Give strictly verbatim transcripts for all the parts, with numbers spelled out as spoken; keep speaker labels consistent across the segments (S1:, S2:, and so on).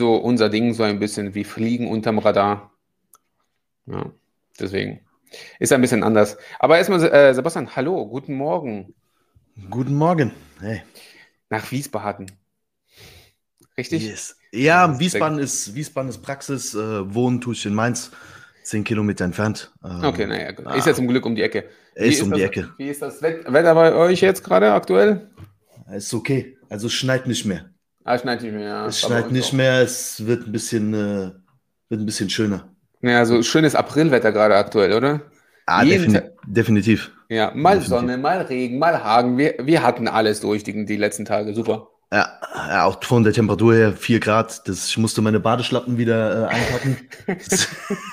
S1: so unser Ding, so ein bisschen wie Fliegen unterm Radar. Ja, deswegen ist ein bisschen anders. Aber erstmal, äh, Sebastian, hallo, guten Morgen
S2: Guten Morgen. Hey.
S1: nach Wiesbaden. Richtig?
S2: Yes.
S1: Ja,
S2: Ja,
S1: sehr gut.
S2: Wiesbaden ist, Wiesbaden ist Praxis. Äh, wohnen tue ich in Mainz, zehn Kilometer entfernt.
S1: Okay,
S2: Ähm,
S1: naja, gut. Ist ja
S2: ah,
S1: zum Glück um die Ecke.
S2: er
S1: Wie
S2: ist
S1: ist
S2: um die
S1: das,
S2: Ecke.
S1: wie ist das Wet- Wetter bei euch jetzt gerade aktuell?
S2: Ist okay. Also es schneit nicht mehr.
S1: Ah, schneit nicht mehr, ja,
S2: Es
S1: es war bei
S2: schneit
S1: uns
S2: nicht
S1: auch.
S2: mehr. Es wird ein bisschen, äh, wird ein bisschen schöner.
S1: Naja, so schönes Aprilwetter gerade aktuell, oder?
S2: Ah,
S1: Jeden Tag,
S2: defini definitiv.
S1: ja, mal
S2: Definitiv.
S1: Sonne, mal Regen, mal Hagen. Wir, wir hatten alles durch die, die letzten Tage. Super.
S2: Ja, ja, auch von der Temperatur her vier Grad. Das, ich musste meine Badeschlappen wieder äh, einpacken. Das,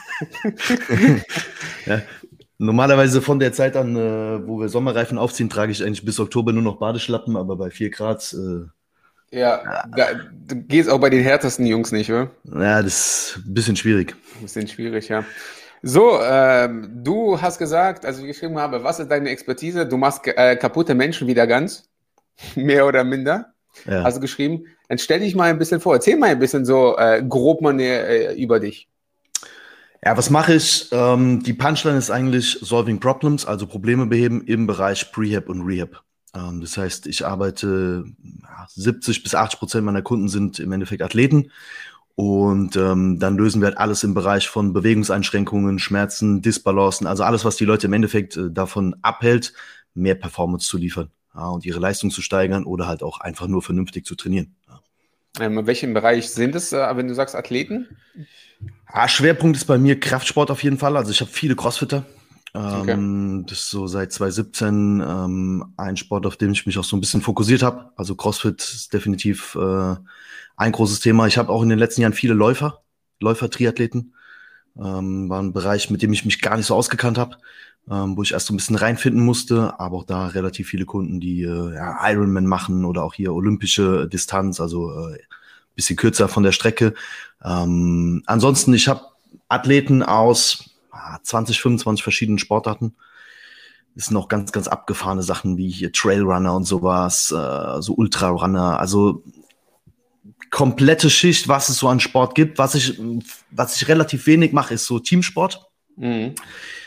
S2: ja, normalerweise von der Zeit an, äh, wo wir Sommerreifen aufziehen, trage ich eigentlich bis Oktober nur noch Badeschlappen, aber bei vier Grad, äh,
S1: Ja, da, du gehst auch bei den härtesten Jungs nicht, oder?
S2: ja, das ist ein bisschen schwierig.
S1: Ein bisschen schwierig, ja. So, ähm, du hast gesagt, als ich geschrieben habe, was ist deine Expertise? Du machst äh, kaputte Menschen wieder ganz, mehr oder minder. Hast
S2: Ja.
S1: du geschrieben? Dann stell dich mal ein bisschen vor. Erzähl mal ein bisschen so äh, grob mal äh, über dich.
S2: Ja, was mache ich? Ähm, die Punchline ist eigentlich Solving Problems, also Probleme beheben im Bereich Prehab und Rehab. Ähm, das heißt, ich arbeite, ja, siebzig bis achtzig Prozent meiner Kunden sind im Endeffekt Athleten. Und ähm, dann lösen wir halt alles im Bereich von Bewegungseinschränkungen, Schmerzen, Disbalancen, also alles, was die Leute im Endeffekt äh, davon abhält, mehr Performance zu liefern, ja, und ihre Leistung zu steigern oder halt auch einfach nur vernünftig zu trainieren. Ja.
S1: Ähm, in welchem Bereich sind es, äh, wenn du sagst Athleten?
S2: Ah, Schwerpunkt ist bei mir Kraftsport auf jeden Fall. Also ich habe viele Crossfitter.
S1: Okay.
S2: Ähm, das ist so seit zwanzig siebzehn ähm, ein Sport, auf den ich mich auch so ein bisschen fokussiert habe. Also Crossfit ist definitiv äh, ein großes Thema. Ich habe auch in den letzten Jahren viele Läufer, Läufer-Triathleten. Ähm, war ein Bereich, mit dem ich mich gar nicht so ausgekannt habe, ähm, wo ich erst so ein bisschen reinfinden musste, aber auch da relativ viele Kunden, die äh, ja, Ironman machen oder auch hier olympische Distanz, also äh, bisschen kürzer von der Strecke. Ähm, ansonsten, ich habe Athleten aus ah, zwanzig, fünfundzwanzig verschiedenen Sportarten. Es sind auch ganz, ganz abgefahrene Sachen wie hier Trailrunner und sowas, äh, so Ultrarunner, also komplette Schicht, was es so an Sport gibt. Was ich, was ich relativ wenig mache, ist so Teamsport.
S1: Mhm.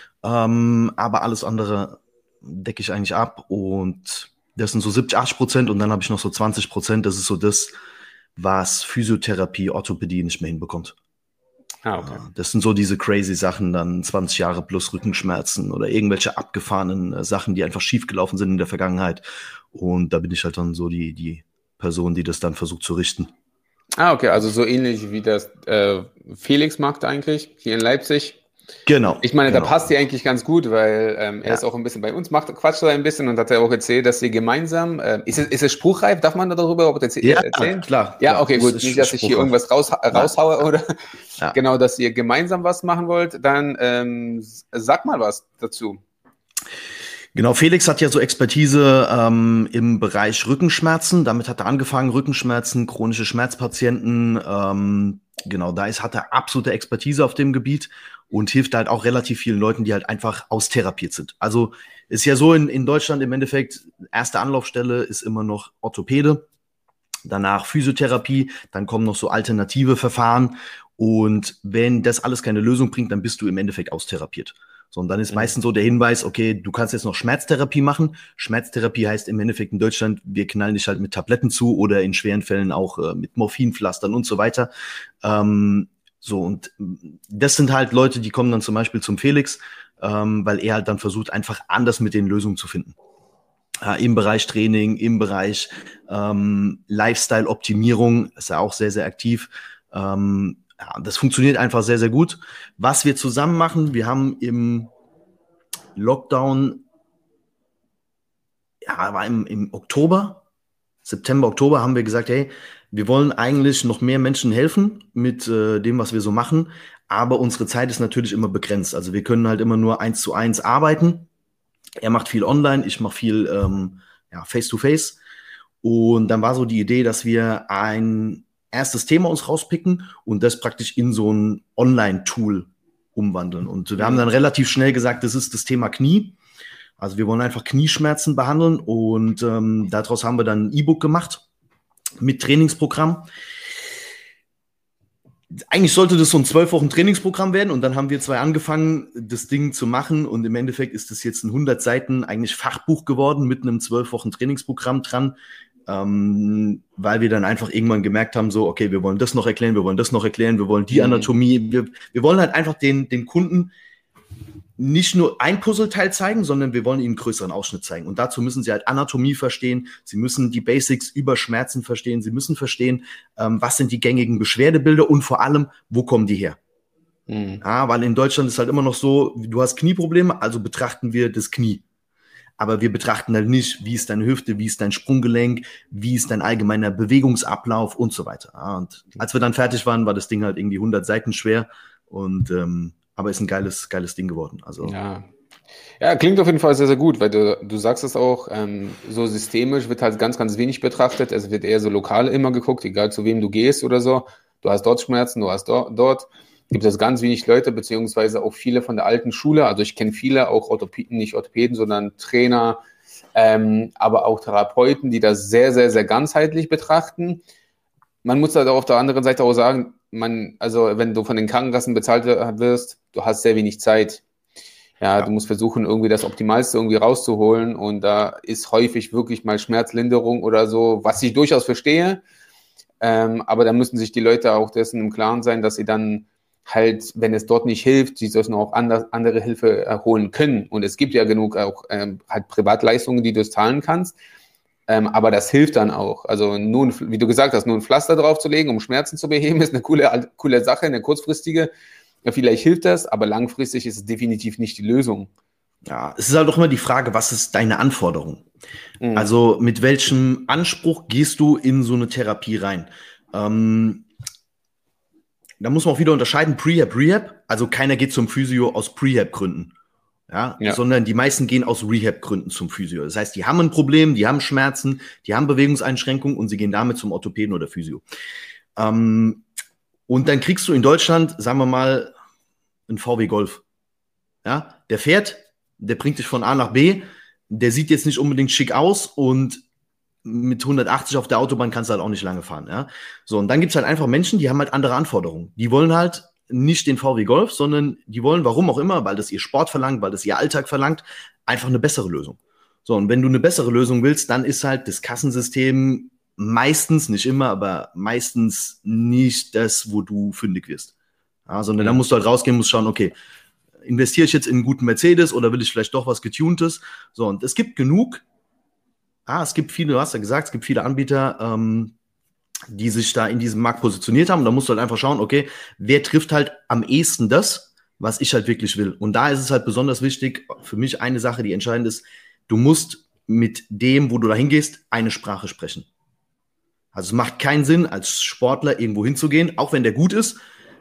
S2: Ähm, aber alles andere decke ich eigentlich ab und das sind so siebzig, achtzig Prozent und dann habe ich noch so zwanzig Prozent. Das ist so das, was Physiotherapie, Orthopädie nicht mehr hinbekommt.
S1: Ah, okay.
S2: Ja, das sind so diese crazy Sachen, dann zwanzig Jahre plus Rückenschmerzen oder irgendwelche abgefahrenen äh, Sachen, die einfach schiefgelaufen sind in der Vergangenheit. Und da bin ich halt dann so die, die Person, die das dann versucht zu richten.
S1: Ah, okay, also so ähnlich wie das äh, Felix macht eigentlich hier in Leipzig.
S2: Genau,
S1: Ich meine, da
S2: genau.
S1: passt sie eigentlich ganz gut, weil ähm, er ist
S2: Ja,
S1: auch ein bisschen bei uns, macht quatscht da ein bisschen und hat ja auch erzählt, dass sie gemeinsam, äh, ist es, ist es spruchreif? Darf man darüber überhaupt erzäh-
S2: ja,
S1: erzählen?
S2: klar,
S1: Ja,
S2: klar.
S1: okay,
S2: Ist,
S1: gut.
S2: ist
S1: Nicht, dass ich hier
S2: spruchreif.
S1: irgendwas raus,
S2: Nein,
S1: raushaue oder
S2: ja.
S1: genau, dass ihr gemeinsam was machen wollt. Dann ähm, sag mal was dazu.
S2: Genau, Felix hat ja so Expertise ähm, im Bereich Rückenschmerzen. Damit hat er angefangen, Rückenschmerzen, chronische Schmerzpatienten. Ähm, genau, da ist, hat er absolute Expertise auf dem Gebiet und hilft halt auch relativ vielen Leuten, die halt einfach austherapiert sind. Also ist ja so in, in Deutschland im Endeffekt, erste Anlaufstelle ist immer noch Orthopäde, danach Physiotherapie, dann kommen noch so alternative Verfahren. Und wenn das alles keine Lösung bringt, dann bist du im Endeffekt austherapiert. So, und dann ist
S1: Mhm.
S2: meistens so der Hinweis, okay, du kannst jetzt noch Schmerztherapie machen. Schmerztherapie heißt im Endeffekt in Deutschland, wir knallen dich halt mit Tabletten zu oder in schweren Fällen auch äh, mit Morphinpflastern und so weiter. Ähm, so, und das sind halt Leute, die kommen dann zum Beispiel zum Felix, ähm, weil er halt dann versucht, einfach anders mit den Lösungen zu finden. Äh, im Bereich Training, im Bereich ähm, Lifestyle-Optimierung ist er auch sehr, sehr aktiv. Ähm, ja, das funktioniert einfach sehr, sehr gut. Was wir zusammen machen, wir haben im Lockdown, ja, war im, im Oktober, September, Oktober, haben wir gesagt, hey, wir wollen eigentlich noch mehr Menschen helfen mit äh, dem, was wir so machen. Aber unsere Zeit ist natürlich immer begrenzt. Also wir können halt immer nur eins zu eins arbeiten. Er macht viel online, ich mache viel ähm, ja, face-to-face. Und dann war so die Idee, dass wir ein erstes Thema uns rauspicken und das praktisch in so ein Online-Tool umwandeln. Und wir haben dann
S1: Mhm.
S2: relativ schnell gesagt, das ist das Thema Knie. Also wir wollen einfach Knieschmerzen behandeln und ähm, daraus haben wir dann ein E-Book gemacht mit Trainingsprogramm. eigentlich sollte das so ein zwölf Wochen Trainingsprogramm werden und dann haben wir zwei angefangen, das Ding zu machen und im Endeffekt ist das jetzt ein hundert Seiten eigentlich Fachbuch geworden mit einem zwölf Wochen Trainingsprogramm dran, ähm, weil wir dann einfach irgendwann gemerkt haben, so, okay, wir wollen das noch erklären, wir wollen das noch erklären, wir wollen die Anatomie, wir, wir wollen halt einfach den, den Kunden nicht nur ein Puzzleteil zeigen, sondern wir wollen ihnen einen größeren Ausschnitt zeigen. Und dazu müssen sie halt Anatomie verstehen, sie müssen die Basics über Schmerzen verstehen, sie müssen verstehen, ähm, was sind die gängigen Beschwerdebilder und vor allem, wo kommen die her? Mhm. Ja, weil in Deutschland ist halt immer noch so, du hast Knieprobleme, also betrachten wir das Knie. Aber wir betrachten halt nicht, wie ist deine Hüfte, wie ist dein Sprunggelenk, wie ist dein allgemeiner Bewegungsablauf und so weiter. Ja, und als wir dann fertig waren, war das Ding halt irgendwie hundert Seiten schwer und ähm, aber ist ein geiles, geiles Ding geworden. Also.
S1: Ja. Ja, klingt auf jeden Fall sehr, sehr gut, weil du, du sagst es auch, ähm, so systemisch wird halt ganz, ganz wenig betrachtet. Es wird eher so lokal immer geguckt, egal zu wem du gehst oder so. Du hast dort Schmerzen, du hast dort, dort. Gibt es ganz wenig Leute, beziehungsweise auch viele von der alten Schule. Also ich kenne viele, auch Orthopäden, nicht Orthopäden, sondern Trainer, ähm, aber auch Therapeuten, die das sehr, sehr, sehr ganzheitlich betrachten. Man muss halt auch auf der anderen Seite auch sagen, man, also wenn du von den Krankenkassen bezahlt wirst, du hast sehr wenig Zeit. Ja, ja, du musst versuchen, irgendwie das Optimalste irgendwie rauszuholen und da ist häufig wirklich mal Schmerzlinderung oder so, was ich durchaus verstehe, ähm, aber da müssen sich die Leute auch dessen im Klaren sein, dass sie dann halt, wenn es dort nicht hilft, sie sollen auch anders, andere Hilfe erholen können und es gibt ja genug auch ähm, halt Privatleistungen, die du zahlen kannst, ähm, aber das hilft dann auch, also nur, wie du gesagt hast, nur ein Pflaster draufzulegen, um Schmerzen zu beheben, ist eine coole, coole Sache, eine kurzfristige. Ja, vielleicht hilft das, aber langfristig ist es definitiv nicht die Lösung.
S2: Ja, es ist halt auch immer die Frage, was ist deine Anforderung? Mhm. Also mit welchem Anspruch gehst du in so eine Therapie rein? Ähm, da muss man auch wieder unterscheiden, Prehab, Rehab. Also keiner geht zum Physio aus Prehab-Gründen, ja? Ja. Sondern die meisten gehen aus Rehab-Gründen zum Physio. Das heißt, die haben ein Problem, die haben Schmerzen, die haben Bewegungseinschränkungen und sie gehen damit zum Orthopäden oder Physio. Ähm, Und dann kriegst du in Deutschland, sagen wir mal, einen V W Golf. Ja, der fährt, der bringt dich von A nach B, der sieht jetzt nicht unbedingt schick aus und mit hundertachtzig auf der Autobahn kannst du halt auch nicht lange fahren. Ja, so, und dann gibt's halt einfach Menschen, die haben halt andere Anforderungen. Die wollen halt nicht den V W Golf, sondern die wollen, warum auch immer, weil das ihr Sport verlangt, weil das ihr Alltag verlangt, einfach eine bessere Lösung. So, und wenn du eine bessere Lösung willst, dann ist halt das Kassensystem meistens, nicht immer, aber meistens nicht das, wo du fündig wirst. Ja, sondern ja. Da musst du halt rausgehen, musst schauen, okay, investiere ich jetzt in einen guten Mercedes oder will ich vielleicht doch was Getuntes? So, und es gibt genug, ah, es gibt viele, du hast ja gesagt, es gibt viele Anbieter, ähm, die sich da in diesem Markt positioniert haben. Und da musst du halt einfach schauen, okay, wer trifft halt am ehesten das, was ich halt wirklich will. Und da ist es halt besonders wichtig, für mich eine Sache, die entscheidend ist, du musst mit dem, wo du da hingehst, eine Sprache sprechen. Also es macht keinen Sinn, als Sportler irgendwo hinzugehen, auch wenn der gut ist,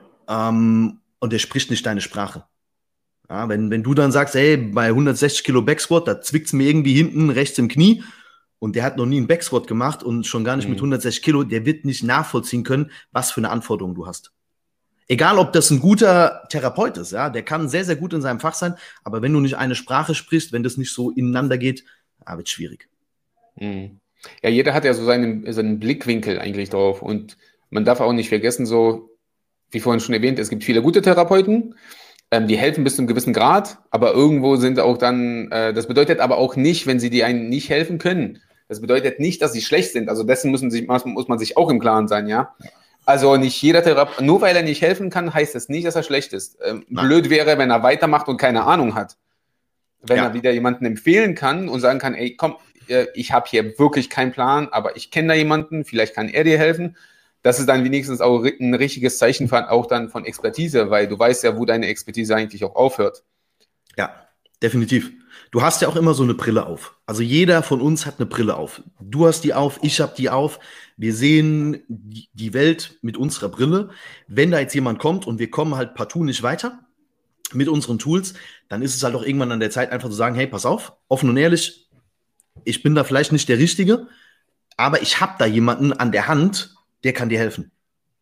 S2: ähm, und der spricht nicht deine Sprache. Ja, wenn, wenn du dann sagst, ey, bei hundertsechzig Kilo Backsquat, da zwickt's mir irgendwie hinten rechts im Knie und der hat noch nie einen Backsquat gemacht und schon gar nicht mhm. mit hundertsechzig Kilo, der wird nicht nachvollziehen können, was für eine Anforderung du hast. Egal, ob das ein guter Therapeut ist, ja, der kann sehr, sehr gut in seinem Fach sein, aber wenn du nicht eine Sprache sprichst, wenn das nicht so ineinander geht, ja, wird schwierig.
S1: Mhm. Ja, jeder hat ja so seinen, seinen Blickwinkel eigentlich drauf und man darf auch nicht vergessen, so wie vorhin schon erwähnt, es gibt viele gute Therapeuten, ähm, die helfen bis zu einem gewissen Grad, aber irgendwo sind auch dann, äh, das bedeutet aber auch nicht, wenn sie dir einen nicht helfen können, das bedeutet nicht, dass sie schlecht sind, also dessen müssen sich, muss man sich auch im Klaren sein, ja. Also nicht jeder Therapeut, nur weil er nicht helfen kann, heißt das nicht, dass er schlecht ist. Ähm, blöd wäre, wenn er weitermacht und keine Ahnung hat. Wenn ja. er wieder jemanden empfehlen kann und sagen kann, ey, komm, ich habe hier wirklich keinen Plan, aber ich kenne da jemanden, vielleicht kann er dir helfen. Das ist dann wenigstens auch ein richtiges Zeichen von, auch dann von Expertise, weil du weißt ja, wo deine Expertise eigentlich auch aufhört.
S2: Ja, definitiv. Du hast ja auch immer so eine Brille auf. Also jeder von uns hat eine Brille auf. Du hast die auf, ich habe die auf. Wir sehen die Welt mit unserer Brille. Wenn da jetzt jemand kommt und wir kommen halt partout nicht weiter mit unseren Tools, dann ist es halt auch irgendwann an der Zeit einfach zu sagen, hey, pass auf, offen und ehrlich, ich bin da vielleicht nicht der Richtige, aber ich habe da jemanden an der Hand, der kann dir helfen.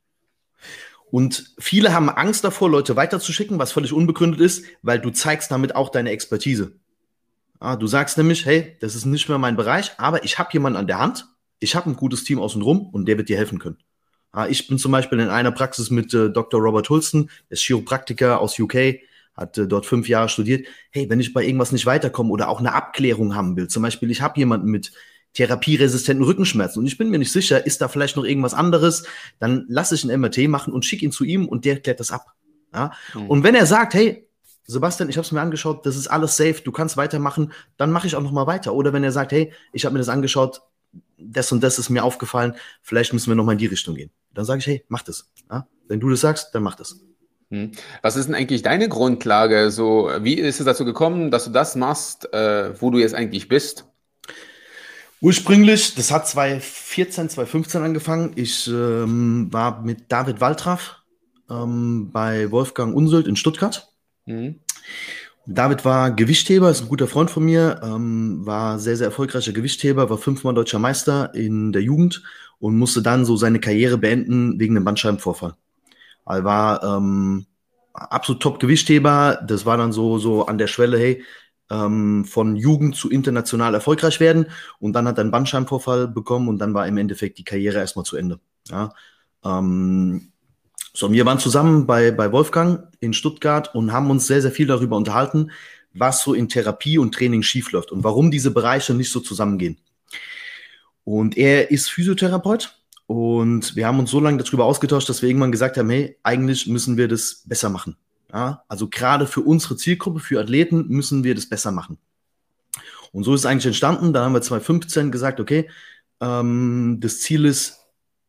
S2: Und viele haben Angst davor, Leute weiterzuschicken, was völlig unbegründet ist, weil du zeigst damit auch deine Expertise. Ja, du sagst nämlich, hey, das ist nicht mehr mein Bereich, aber ich habe jemanden an der Hand, ich habe ein gutes Team außen rum und der wird dir helfen können. Ja, ich bin zum Beispiel in einer Praxis mit äh, Doktor Robert Hulston, der ist Chiropraktiker aus U K, hat äh, dort fünf Jahre studiert. Hey, wenn ich bei irgendwas nicht weiterkomme oder auch eine Abklärung haben will, zum Beispiel ich habe jemanden mit therapieresistenten Rückenschmerzen und ich bin mir nicht sicher, ist da vielleicht noch irgendwas anderes, dann lasse ich einen M R T machen und schicke ihn zu ihm und der klärt das ab. Ja? Mhm. Und wenn er sagt, hey, Sebastian, ich habe es mir angeschaut, das ist alles safe, du kannst weitermachen, dann mache ich auch noch mal weiter. Oder wenn er sagt, hey, ich habe mir das angeschaut, das und das ist mir aufgefallen, vielleicht müssen wir noch mal in die Richtung gehen. Dann sage ich, hey, mach das. Ja? Wenn du das sagst, dann mach das.
S1: Was ist denn eigentlich deine Grundlage? So, wie ist es dazu gekommen, dass du das machst, äh, wo du jetzt eigentlich bist?
S2: Ursprünglich, das hat zwanzig vierzehn, zwanzig fünfzehn angefangen. Ich ähm, war mit David Waltraff ähm, bei Wolfgang Unsult in Stuttgart. Mhm. David war Gewichtheber, ist ein guter Freund von mir, ähm, war sehr, sehr erfolgreicher Gewichtheber, war fünfmal deutscher Meister in der Jugend und musste dann so seine Karriere beenden wegen einem Bandscheibenvorfall. Er war ähm, absolut Top-Gewichtheber, das war dann so, so an der Schwelle, hey, ähm, von Jugend zu international erfolgreich werden und dann hat er einen Bandscheibenvorfall bekommen und dann war im Endeffekt die Karriere erstmal zu Ende. Ja, ähm, So, wir waren zusammen bei, bei Wolfgang in Stuttgart und haben uns sehr, sehr viel darüber unterhalten, was so in Therapie und Training schiefläuft und warum diese Bereiche nicht so zusammengehen. Und er ist Physiotherapeut und wir haben uns so lange darüber ausgetauscht, dass wir irgendwann gesagt haben, hey, eigentlich müssen wir das besser machen. Ja, also gerade für unsere Zielgruppe, für Athleten müssen wir das besser machen. Und so ist es eigentlich entstanden. Da haben wir zwanzig fünfzehn gesagt, okay, ähm, das Ziel ist,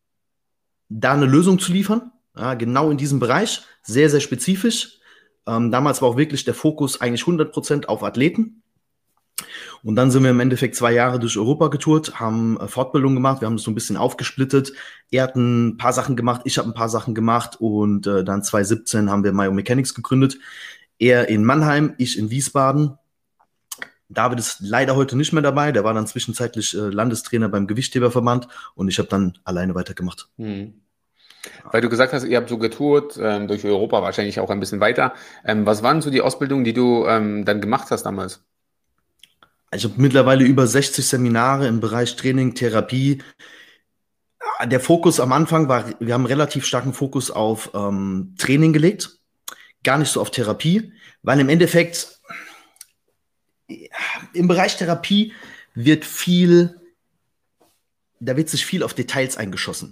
S2: da eine Lösung zu liefern. Ja, genau in diesem Bereich, sehr, sehr spezifisch. Ähm, damals war auch wirklich der Fokus eigentlich hundert Prozent auf Athleten. Und dann sind wir im Endeffekt zwei Jahre durch Europa getourt, haben äh, Fortbildung gemacht, wir haben das so ein bisschen aufgesplittet. Er hat ein paar Sachen gemacht, ich habe ein paar Sachen gemacht und äh, dann zwanzig siebzehn haben wir Myomechanics gegründet. Er in Mannheim, ich in Wiesbaden. David ist leider heute nicht mehr dabei, der war dann zwischenzeitlich äh, Landestrainer beim Gewichtheberverband und ich habe dann alleine weitergemacht.
S1: Hm. Weil du gesagt hast, ihr habt so getourt, ähm, durch Europa, wahrscheinlich auch ein bisschen weiter. Ähm, was waren so die Ausbildungen, die du ähm, dann gemacht hast damals?
S2: Ich habe mittlerweile über sechzig Seminare im Bereich Training, Therapie. Der Fokus am Anfang war, wir haben einen relativ starken Fokus auf ähm, Training gelegt, gar nicht so auf Therapie, weil im Endeffekt im Bereich Therapie wird viel, da wird sich viel auf Details eingeschossen.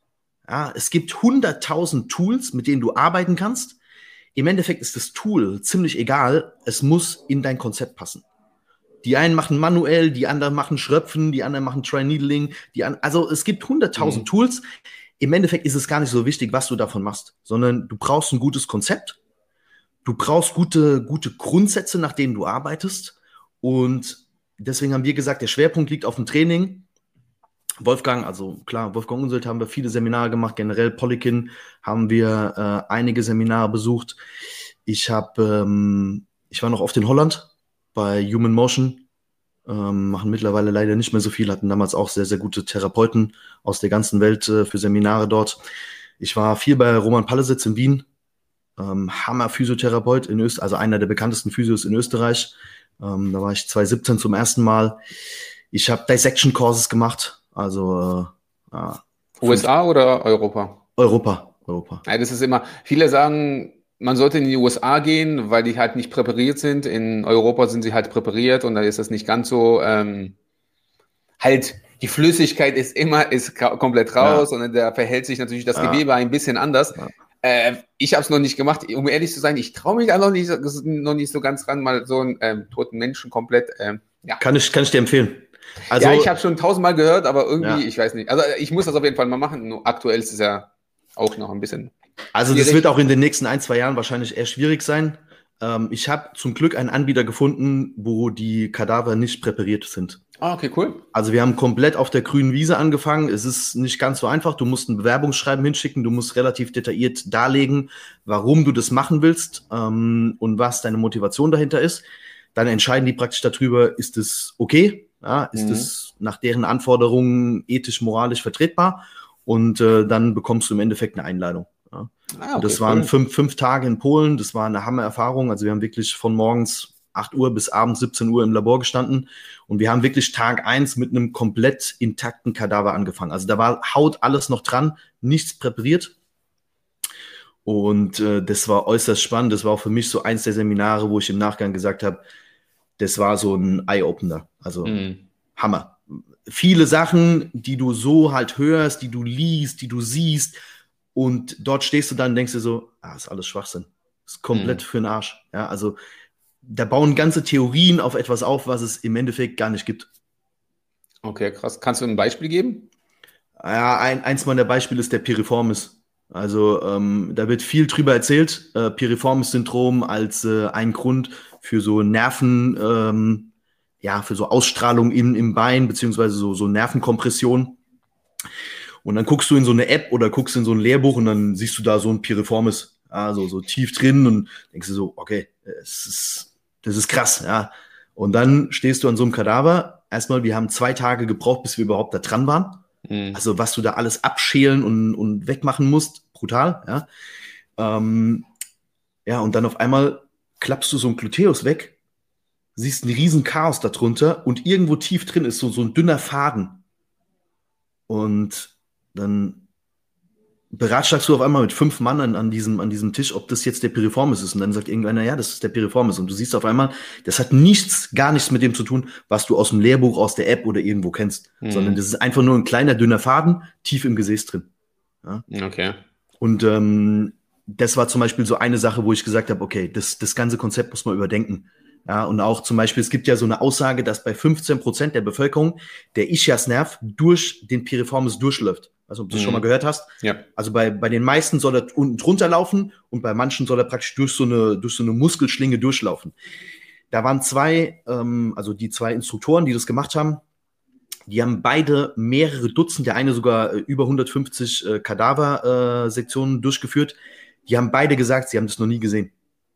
S2: Ja, es gibt hunderttausend Tools, mit denen du arbeiten kannst. Im Endeffekt ist das Tool ziemlich egal. Es muss in dein Konzept passen. Die einen machen manuell, die anderen machen Schröpfen, die anderen machen Tri-Needling. Die an, also es gibt hunderttausend mhm. Tools. Im Endeffekt ist es gar nicht so wichtig, was du davon machst, sondern du brauchst ein gutes Konzept. Du brauchst gute, gute Grundsätze, nach denen du arbeitest. Und deswegen haben wir gesagt, der Schwerpunkt liegt auf dem Training. Wolfgang, also klar, Wolfgang Unsult haben wir viele Seminare gemacht, generell Polikin haben wir äh, einige Seminare besucht. Ich habe, ähm, ich war noch oft in Holland bei Human Motion, ähm, machen mittlerweile leider nicht mehr so viel, hatten damals auch sehr, sehr gute Therapeuten aus der ganzen Welt äh, für Seminare dort. Ich war viel bei Roman Pallesitz in Wien, ähm, Hammer-Physiotherapeut in Österreich, also einer der bekanntesten Physios in Österreich. Ähm, da war ich zwanzig siebzehn zum ersten Mal. Ich habe Dissection-Courses gemacht. Also äh,
S1: U S A oder Europa?
S2: Europa, Europa.
S1: Ja, das ist immer, viele sagen, man sollte in die U S A gehen, weil die halt nicht präpariert sind. In Europa sind sie halt präpariert und da ist das nicht ganz so, ähm, halt, die Flüssigkeit ist immer, ist komplett raus ja. und da verhält sich natürlich das ja. Gewebe ein bisschen anders. Ja. Äh, ich habe es noch nicht gemacht, um ehrlich zu sein, ich traue mich da noch nicht, noch nicht so ganz ran, mal so einen ähm, toten Menschen komplett, ähm, ja.
S2: Kann ich, kann ich dir empfehlen.
S1: Also, ja, ich habe schon tausendmal gehört, aber irgendwie, ja. ich weiß nicht. Also ich muss das auf jeden Fall mal machen. Nur aktuell ist es ja auch noch ein bisschen
S2: Also schwierig. Das wird auch in den nächsten ein, zwei Jahren wahrscheinlich eher schwierig sein. Ähm, ich habe zum Glück einen Anbieter gefunden, wo die Kadaver nicht präpariert sind.
S1: Ah, okay, cool.
S2: Also wir haben komplett auf der grünen Wiese angefangen. Es ist nicht ganz so einfach. Du musst ein Bewerbungsschreiben hinschicken. Du musst relativ detailliert darlegen, warum du das machen willst ähm, und was deine Motivation dahinter ist. Dann entscheiden die praktisch darüber, ist es okay? Ja, ist es mhm. nach deren Anforderungen ethisch, moralisch vertretbar? Und äh, dann bekommst du im Endeffekt eine Einladung. Ja. Ah, okay, das waren cool. fünf, fünf Tage in Polen. Das war eine Hammer-Erfahrung. Also wir haben wirklich von morgens acht Uhr bis abends siebzehn Uhr im Labor gestanden und wir haben wirklich Tag eins mit einem komplett intakten Kadaver angefangen. Also da war Haut alles noch dran, nichts präpariert. Und äh, das war äußerst spannend. Das war auch für mich so eins der Seminare, wo ich im Nachgang gesagt habe, das war so ein Eye-Opener. Also mhm. Hammer. Viele Sachen, die du so halt hörst, die du liest, die du siehst und dort stehst du dann und denkst dir so, ah, ist alles Schwachsinn. Ist komplett mhm. für den Arsch. Ja, also da bauen ganze Theorien auf etwas auf, was es im Endeffekt gar nicht gibt.
S1: Okay, krass. Kannst du ein Beispiel geben?
S2: Ja, ein, eins meiner Beispiele ist der Piriformis. Also ähm, da wird viel drüber erzählt, äh, Piriformis-Syndrom als äh, ein Grund für so Nerven, ähm, ja, für so Ausstrahlung im, im Bein, beziehungsweise so, so Nervenkompression. Und dann guckst du in so eine App oder guckst in so ein Lehrbuch und dann siehst du da so ein Piriformis, also so tief drin und denkst du so, okay, es ist, das ist krass, ja. Und dann stehst du an so einem Kadaver. Erstmal, wir haben zwei Tage gebraucht, bis wir überhaupt da dran waren. Mhm. Also was du da alles abschälen und, und wegmachen musst, brutal, ja. Ähm, ja, und dann auf einmal klappst du so ein Gluteus weg, siehst ein riesen Chaos darunter und irgendwo tief drin ist so, so ein dünner Faden. Und dann beratschlagst du auf einmal mit fünf Mann an, an, diesem, an diesem Tisch, ob das jetzt der Piriformis ist. Und dann sagt irgendeiner, ja, das ist der Piriformis. Und du siehst auf einmal, das hat nichts, gar nichts mit dem zu tun, was du aus dem Lehrbuch, aus der App oder irgendwo kennst. Mhm. Sondern das ist einfach nur ein kleiner, dünner Faden, tief im Gesäß drin. Ja?
S1: Okay.
S2: Und ähm, das war zum Beispiel so eine Sache, wo ich gesagt habe, okay, das, das ganze Konzept muss man überdenken. Ja, und auch zum Beispiel, es gibt ja so eine Aussage, dass bei fünfzehn Prozent der Bevölkerung der Ischiasnerv durch den Piriformis durchläuft. Also, ob du das mhm. schon mal gehört hast.
S1: Ja.
S2: Also bei, bei den meisten soll er unten drunter laufen und bei manchen soll er praktisch durch so eine, durch so eine Muskelschlinge durchlaufen. Da waren zwei, ähm, also die zwei Instruktoren, die das gemacht haben, die haben beide mehrere Dutzend, der eine sogar äh, über hundertfünfzig äh, Kadaver-Sektionen äh, durchgeführt. Die haben beide gesagt, sie haben das noch nie gesehen.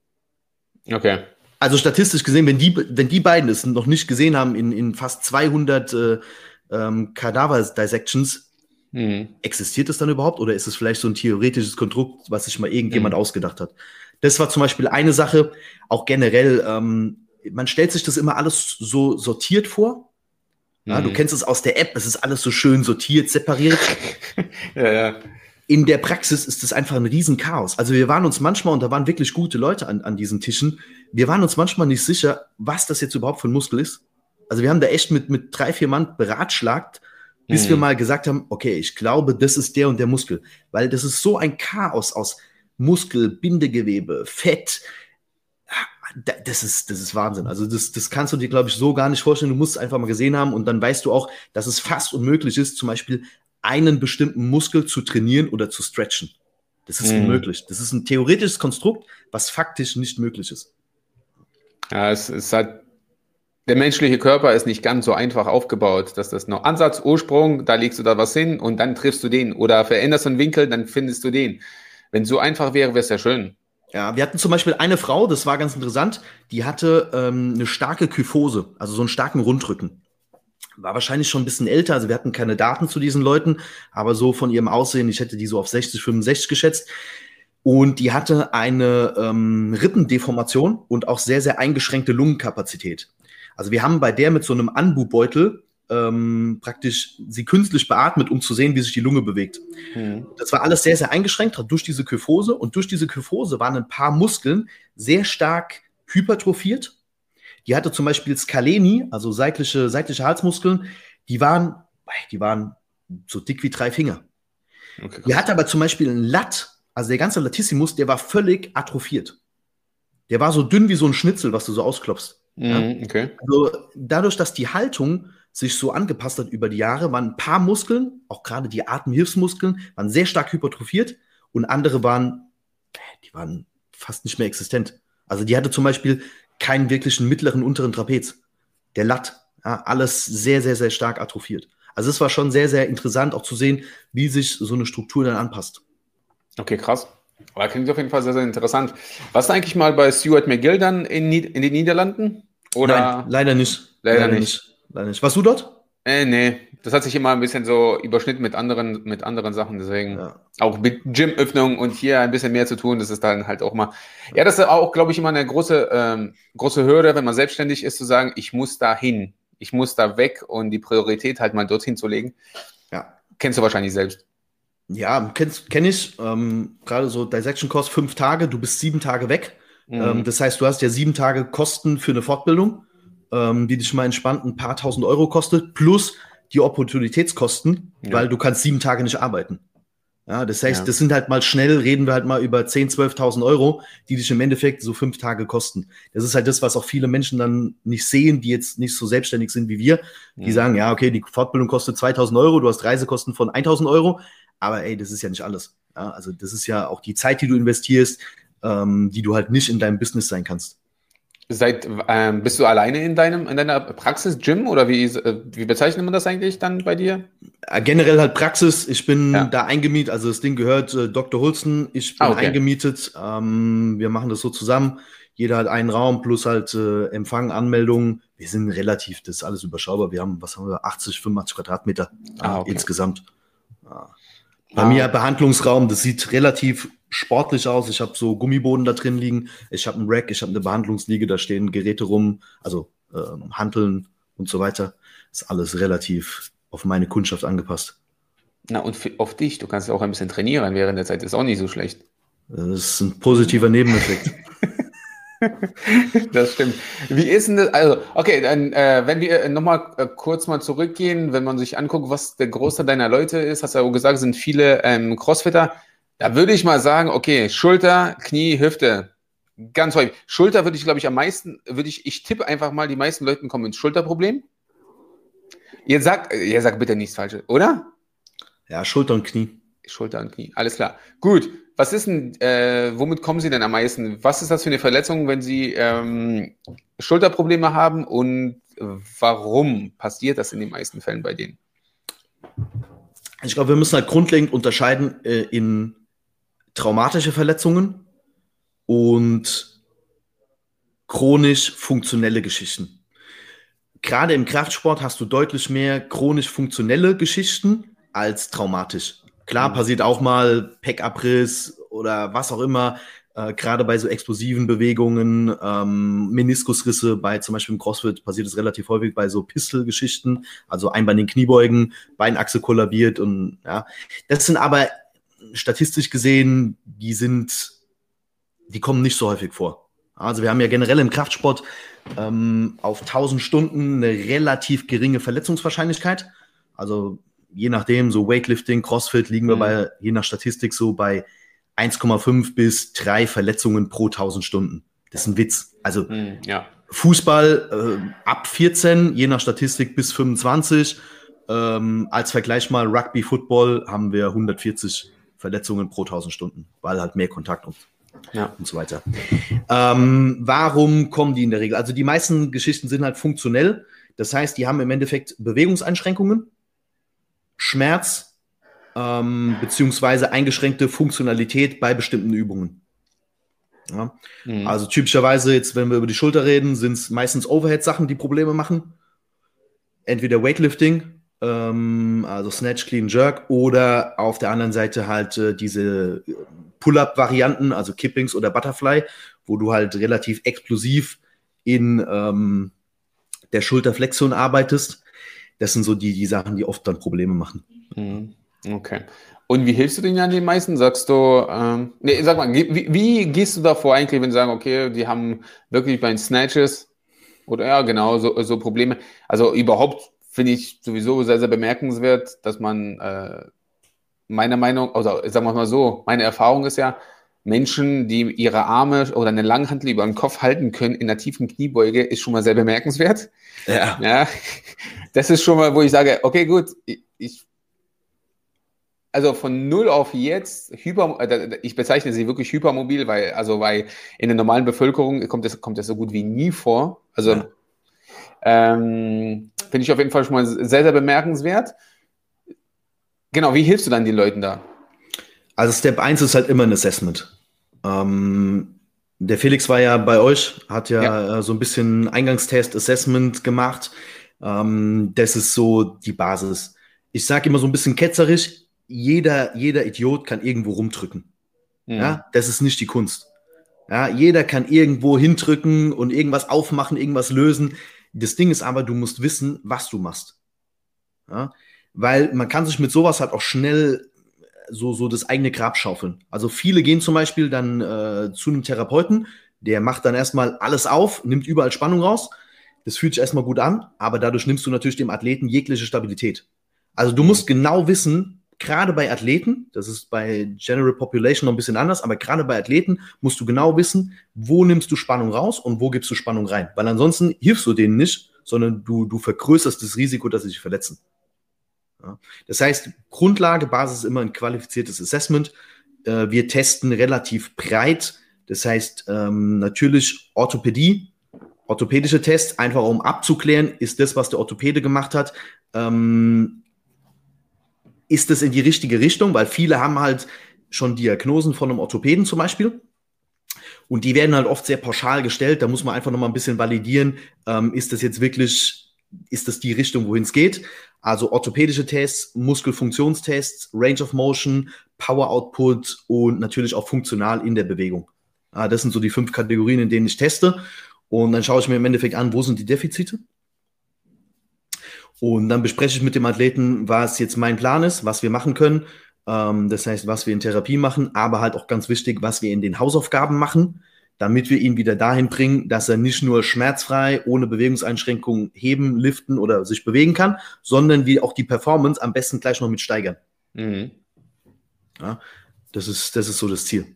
S1: Okay.
S2: Also statistisch gesehen, wenn die, wenn die beiden es noch nicht gesehen haben in, in fast zweihundert äh, ähm, Kadaver-Dissections, mhm. existiert es dann überhaupt oder ist es vielleicht so ein theoretisches Konstrukt, was sich mal irgendjemand mhm. ausgedacht hat? Das war zum Beispiel eine Sache, auch generell, ähm, man stellt sich das immer alles so sortiert vor. Mhm. Ja, du kennst es aus der App, es ist alles so schön sortiert, separiert.
S1: ja, ja.
S2: In der Praxis ist es einfach ein Riesenchaos. Also wir waren uns manchmal, und da waren wirklich gute Leute an, an diesen Tischen, wir waren uns manchmal nicht sicher, was das jetzt überhaupt für ein Muskel ist. Also wir haben da echt mit, mit drei, vier Mann beratschlagt, bis hm. wir mal gesagt haben, okay, ich glaube, das ist der und der Muskel. Weil das ist so ein Chaos aus Muskel, Bindegewebe, Fett. Das ist, das ist Wahnsinn. Also das, das kannst du dir, glaube ich, so gar nicht vorstellen. Du musst es einfach mal gesehen haben und dann weißt du auch, dass es fast unmöglich ist, zum Beispiel einen bestimmten Muskel zu trainieren oder zu stretchen. Das ist hm. unmöglich. Das ist ein theoretisches Konstrukt, was faktisch nicht möglich ist.
S1: Ja, es ist halt, der menschliche Körper ist nicht ganz so einfach aufgebaut, dass das noch Ansatz, Ursprung, da legst du da was hin und dann triffst du den oder veränderst einen Winkel, dann findest du den. Wenn es so einfach wäre, wäre es ja schön.
S2: Ja, wir hatten zum Beispiel eine Frau, das war ganz interessant, die hatte ähm, eine starke Kyphose, also so einen starken Rundrücken. War wahrscheinlich schon ein bisschen älter, also wir hatten keine Daten zu diesen Leuten, aber so von ihrem Aussehen, ich hätte die so auf sechzig, fünfundsechzig geschätzt. Und die hatte eine ähm, Rippendeformation und auch sehr, sehr eingeschränkte Lungenkapazität. Also wir haben bei der mit so einem Anbu-Beutel ähm, praktisch sie künstlich beatmet, um zu sehen, wie sich die Lunge bewegt. Mhm. Das war alles sehr, sehr eingeschränkt durch diese Kyphose. Und durch diese Kyphose waren ein paar Muskeln sehr stark hypertrophiert. Die hatte zum Beispiel Scaleni, also seitliche, seitliche Halsmuskeln, die waren, die waren so dick wie drei Finger. Okay, die hatte aber zum Beispiel einen Lat, also der ganze Latissimus, der war völlig atrophiert. Der war so dünn wie so ein Schnitzel, was du so ausklopfst.
S1: Mm, ja? Okay.
S2: Also dadurch, dass die Haltung sich so angepasst hat über die Jahre, waren ein paar Muskeln, auch gerade die Atemhilfsmuskeln, waren sehr stark hypertrophiert und andere waren, die waren fast nicht mehr existent. Also die hatte zum Beispiel keinen wirklichen mittleren, unteren Trapez. Der Lat, ja, alles sehr, sehr, sehr stark atrophiert. Also es war schon sehr, sehr interessant, auch zu sehen, wie sich so eine Struktur dann anpasst.
S1: Okay, krass. Aber klingt auf jeden Fall sehr, sehr interessant. Warst du eigentlich mal bei Stuart McGill dann in, Nied- in den Niederlanden? Oder?
S2: Nein, leider nicht.
S1: Leider,
S2: leider
S1: nicht.
S2: nicht. Leider nicht. Warst du dort?
S1: Äh, nee, Das hat sich immer ein bisschen so überschnitten mit anderen, mit anderen Sachen, deswegen
S2: Ja.
S1: auch mit Gym-Öffnung und hier ein bisschen mehr zu tun, das ist dann halt auch mal, ja, das ist auch, glaube ich, immer eine große, ähm, große Hürde, wenn man selbstständig ist, zu sagen, ich muss da hin, ich muss da weg und die Priorität halt mal dorthin zu legen.
S2: Ja.
S1: Kennst du wahrscheinlich selbst.
S2: Ja, kennst, kenn ich. Ähm, gerade so Dissection kostet fünf Tage, du bist sieben Tage weg.
S1: Mhm.
S2: Ähm, das heißt, du hast ja sieben Tage Kosten für eine Fortbildung, ähm, die dich mal entspannt ein paar tausend Euro kostet, plus die Opportunitätskosten,
S1: Ja.
S2: weil du kannst sieben Tage nicht arbeiten. Ja, das heißt,
S1: Ja.
S2: das sind halt mal schnell, reden wir halt mal über zehntausend, zwölftausend Euro, die dich im Endeffekt so fünf Tage kosten. Das ist halt das, was auch viele Menschen dann nicht sehen, die jetzt nicht so selbstständig sind wie wir. Die
S1: Mhm.
S2: sagen, ja, okay, die Fortbildung kostet zweitausend Euro, du hast Reisekosten von tausend Euro, aber ey, das ist ja nicht alles. Ja, also das ist ja auch die Zeit, die du investierst, ähm, die du halt nicht in deinem Business sein kannst.
S1: Seit, ähm, bist du alleine in deinem, in deiner Praxis, Gym, oder wie, äh, wie bezeichnet man das eigentlich dann bei dir?
S2: Äh, Generell halt Praxis, ich bin
S1: Ja.
S2: da eingemietet, also das Ding gehört äh, Doktor Hulsten, ich bin
S1: Ah, okay.
S2: eingemietet, ähm, wir machen das so zusammen, jeder hat einen Raum plus halt äh, Empfang, Anmeldungen, wir sind relativ, das ist alles überschaubar, wir haben, was haben wir, achtzig, fünfundachtzig Quadratmeter äh,
S1: Ah, okay.
S2: insgesamt. Ja. Bei
S1: Ah,
S2: mir
S1: okay.
S2: Behandlungsraum, das sieht relativ sportlich aus, ich habe so Gummiboden da drin liegen, ich habe einen Rack, ich habe eine Behandlungsliege, da stehen Geräte rum, also ähm, Hanteln und so weiter, ist alles relativ auf meine Kundschaft angepasst.
S1: Na, und für, auf dich, du kannst auch ein bisschen trainieren während der Zeit, ist auch nicht so schlecht.
S2: Das ist ein positiver Nebeneffekt.
S1: Das stimmt. Wie ist denn das? Also, okay, dann, äh, wenn wir nochmal äh, kurz mal zurückgehen, wenn man sich anguckt, was der Großteil deiner Leute ist, hast du ja auch gesagt, sind viele ähm, Crossfitter. Da würde ich mal sagen, okay, Schulter, Knie, Hüfte. Ganz häufig. Schulter würde ich, glaube ich, am meisten, würde ich, ich tippe einfach mal, die meisten Leute kommen ins Schulterproblem. Ihr sagt, ihr sagt bitte nichts Falsches, oder?
S2: Ja, Schulter und Knie.
S1: Schulter und Knie, alles klar. Gut, was ist denn, äh, womit kommen Sie denn am meisten? Was ist das für eine Verletzung, wenn Sie ähm, Schulterprobleme haben, und warum passiert das in den meisten Fällen bei denen?
S2: Ich glaube, wir müssen halt grundlegend unterscheiden äh, in traumatische Verletzungen und chronisch funktionelle Geschichten. Gerade im Kraftsport hast du deutlich mehr chronisch funktionelle Geschichten als traumatisch. Klar,
S1: Mhm.
S2: passiert auch mal Peckabriss oder was auch immer, äh, gerade bei so explosiven Bewegungen, ähm, Meniskusrisse, bei zum Beispiel im CrossFit passiert es relativ häufig bei so Pistol-Geschichten, also Einbein in den Kniebeugen, Beinachse kollabiert und ja. Das sind aber statistisch gesehen, die sind, die kommen nicht so häufig vor. Also wir haben ja generell im Kraftsport ähm, auf tausend Stunden eine relativ geringe Verletzungswahrscheinlichkeit. Also je nachdem, so Weightlifting, CrossFit liegen wir
S1: Mhm.
S2: bei, je nach Statistik so bei eins Komma fünf bis drei Verletzungen pro tausend Stunden. Das ist ein Witz. Also
S1: Mhm, ja.
S2: Fußball äh, ab vierzehn, je nach Statistik bis fünfundzwanzig. Ähm, als Vergleich mal Rugby, Football haben wir hundertvierzig Verletzungen pro tausend Stunden, weil halt mehr Kontakt und,
S1: Ja.
S2: und so weiter. Ähm, warum kommen die in der Regel? Also die meisten Geschichten sind halt funktionell. Das heißt, die haben im Endeffekt Bewegungseinschränkungen, Schmerz, ähm, beziehungsweise eingeschränkte Funktionalität bei bestimmten Übungen. Ja.
S1: Mhm.
S2: Also typischerweise, jetzt, wenn wir über die Schulter reden, sind es meistens Overhead-Sachen, die Probleme machen. Entweder Weightlifting, ähm, also Snatch, Clean, Jerk, oder auf der anderen Seite halt äh, diese Pull-Up-Varianten, also Kippings oder Butterfly, wo du halt relativ explosiv in ähm, der Schulterflexion arbeitest. Das sind so die, die Sachen, die oft dann Probleme machen.
S1: Mhm. Okay. Und wie hilfst du denen an den meisten? Sagst du, ähm, nee, sag mal, wie, wie gehst du davor eigentlich, wenn sie sagen, okay, die haben wirklich bei den Snatches oder ja, genau, so, so Probleme. Also überhaupt finde ich sowieso sehr, sehr bemerkenswert, dass man äh, meiner Meinung, also sagen wir mal so, meine Erfahrung ist ja, Menschen, die ihre Arme oder eine Langhantel über den Kopf halten können in einer tiefen Kniebeuge, ist schon mal sehr bemerkenswert.
S2: Ja.
S1: Ja, das ist schon mal, wo ich sage, okay, gut, ich, ich also von null auf jetzt, hyper, ich bezeichne sie wirklich hypermobil, weil, also, weil in der normalen Bevölkerung kommt das, kommt das so gut wie nie vor. Also,
S2: Ja.
S1: ähm, finde ich auf jeden Fall schon mal sehr, sehr bemerkenswert. Genau, wie hilfst du dann den Leuten da?
S2: Also Step eins ist halt immer ein Assessment. Ähm, der Felix war ja bei euch, hat ja,
S1: Ja.
S2: äh, so ein bisschen Eingangstest, Assessment gemacht. Ähm, das ist so die Basis. Ich sage immer so ein bisschen ketzerisch, jeder, jeder Idiot kann irgendwo rumdrücken.
S1: Mhm.
S2: Ja, das ist nicht die Kunst. Ja, jeder kann irgendwo hindrücken und irgendwas aufmachen, irgendwas lösen. Das Ding ist aber, du musst wissen, was du machst. Ja? Weil man kann sich mit sowas halt auch schnell so, so das eigene Grab schaufeln. Also viele gehen zum Beispiel dann äh, zu einem Therapeuten, der macht dann erstmal alles auf, nimmt überall Spannung raus. Das fühlt sich erstmal gut an, aber dadurch nimmst du natürlich dem Athleten jegliche Stabilität. Also du
S1: Mhm.
S2: musst genau wissen, gerade bei Athleten, das ist bei General Population noch ein bisschen anders, aber gerade bei Athleten musst du genau wissen, wo nimmst du Spannung raus und wo gibst du Spannung rein. Weil ansonsten hilfst du denen nicht, sondern du, du vergrößerst das Risiko, dass sie sich verletzen. Ja. Das heißt, Grundlage, Basis ist immer ein qualifiziertes Assessment. Äh, wir testen relativ breit. Das heißt, ähm, natürlich Orthopädie, orthopädische Tests, einfach um abzuklären, ist das, was der Orthopäde gemacht hat, ähm, ist das in die richtige Richtung? Weil viele haben halt schon Diagnosen von einem Orthopäden zum Beispiel. Und die werden halt oft sehr pauschal gestellt. Da muss man einfach noch mal ein bisschen validieren, ähm, ist das jetzt wirklich, ist das die Richtung, wohin es geht? Also orthopädische Tests, Muskelfunktionstests, Range of Motion, Power Output und natürlich auch funktional in der Bewegung. Ah, das sind so die fünf Kategorien, in denen ich teste. Und dann schaue ich mir im Endeffekt an, wo sind die Defizite? Und dann bespreche ich mit dem Athleten, was jetzt mein Plan ist, was wir machen können. Ähm, das heißt, was wir in Therapie machen, aber halt auch ganz wichtig, was wir in den Hausaufgaben machen, damit wir ihn wieder dahin bringen, dass er nicht nur schmerzfrei, ohne Bewegungseinschränkungen heben, liften oder sich bewegen kann, sondern wir auch die Performance am besten gleich noch mit steigern.
S1: Mhm.
S2: Ja, das ist, das ist so das Ziel.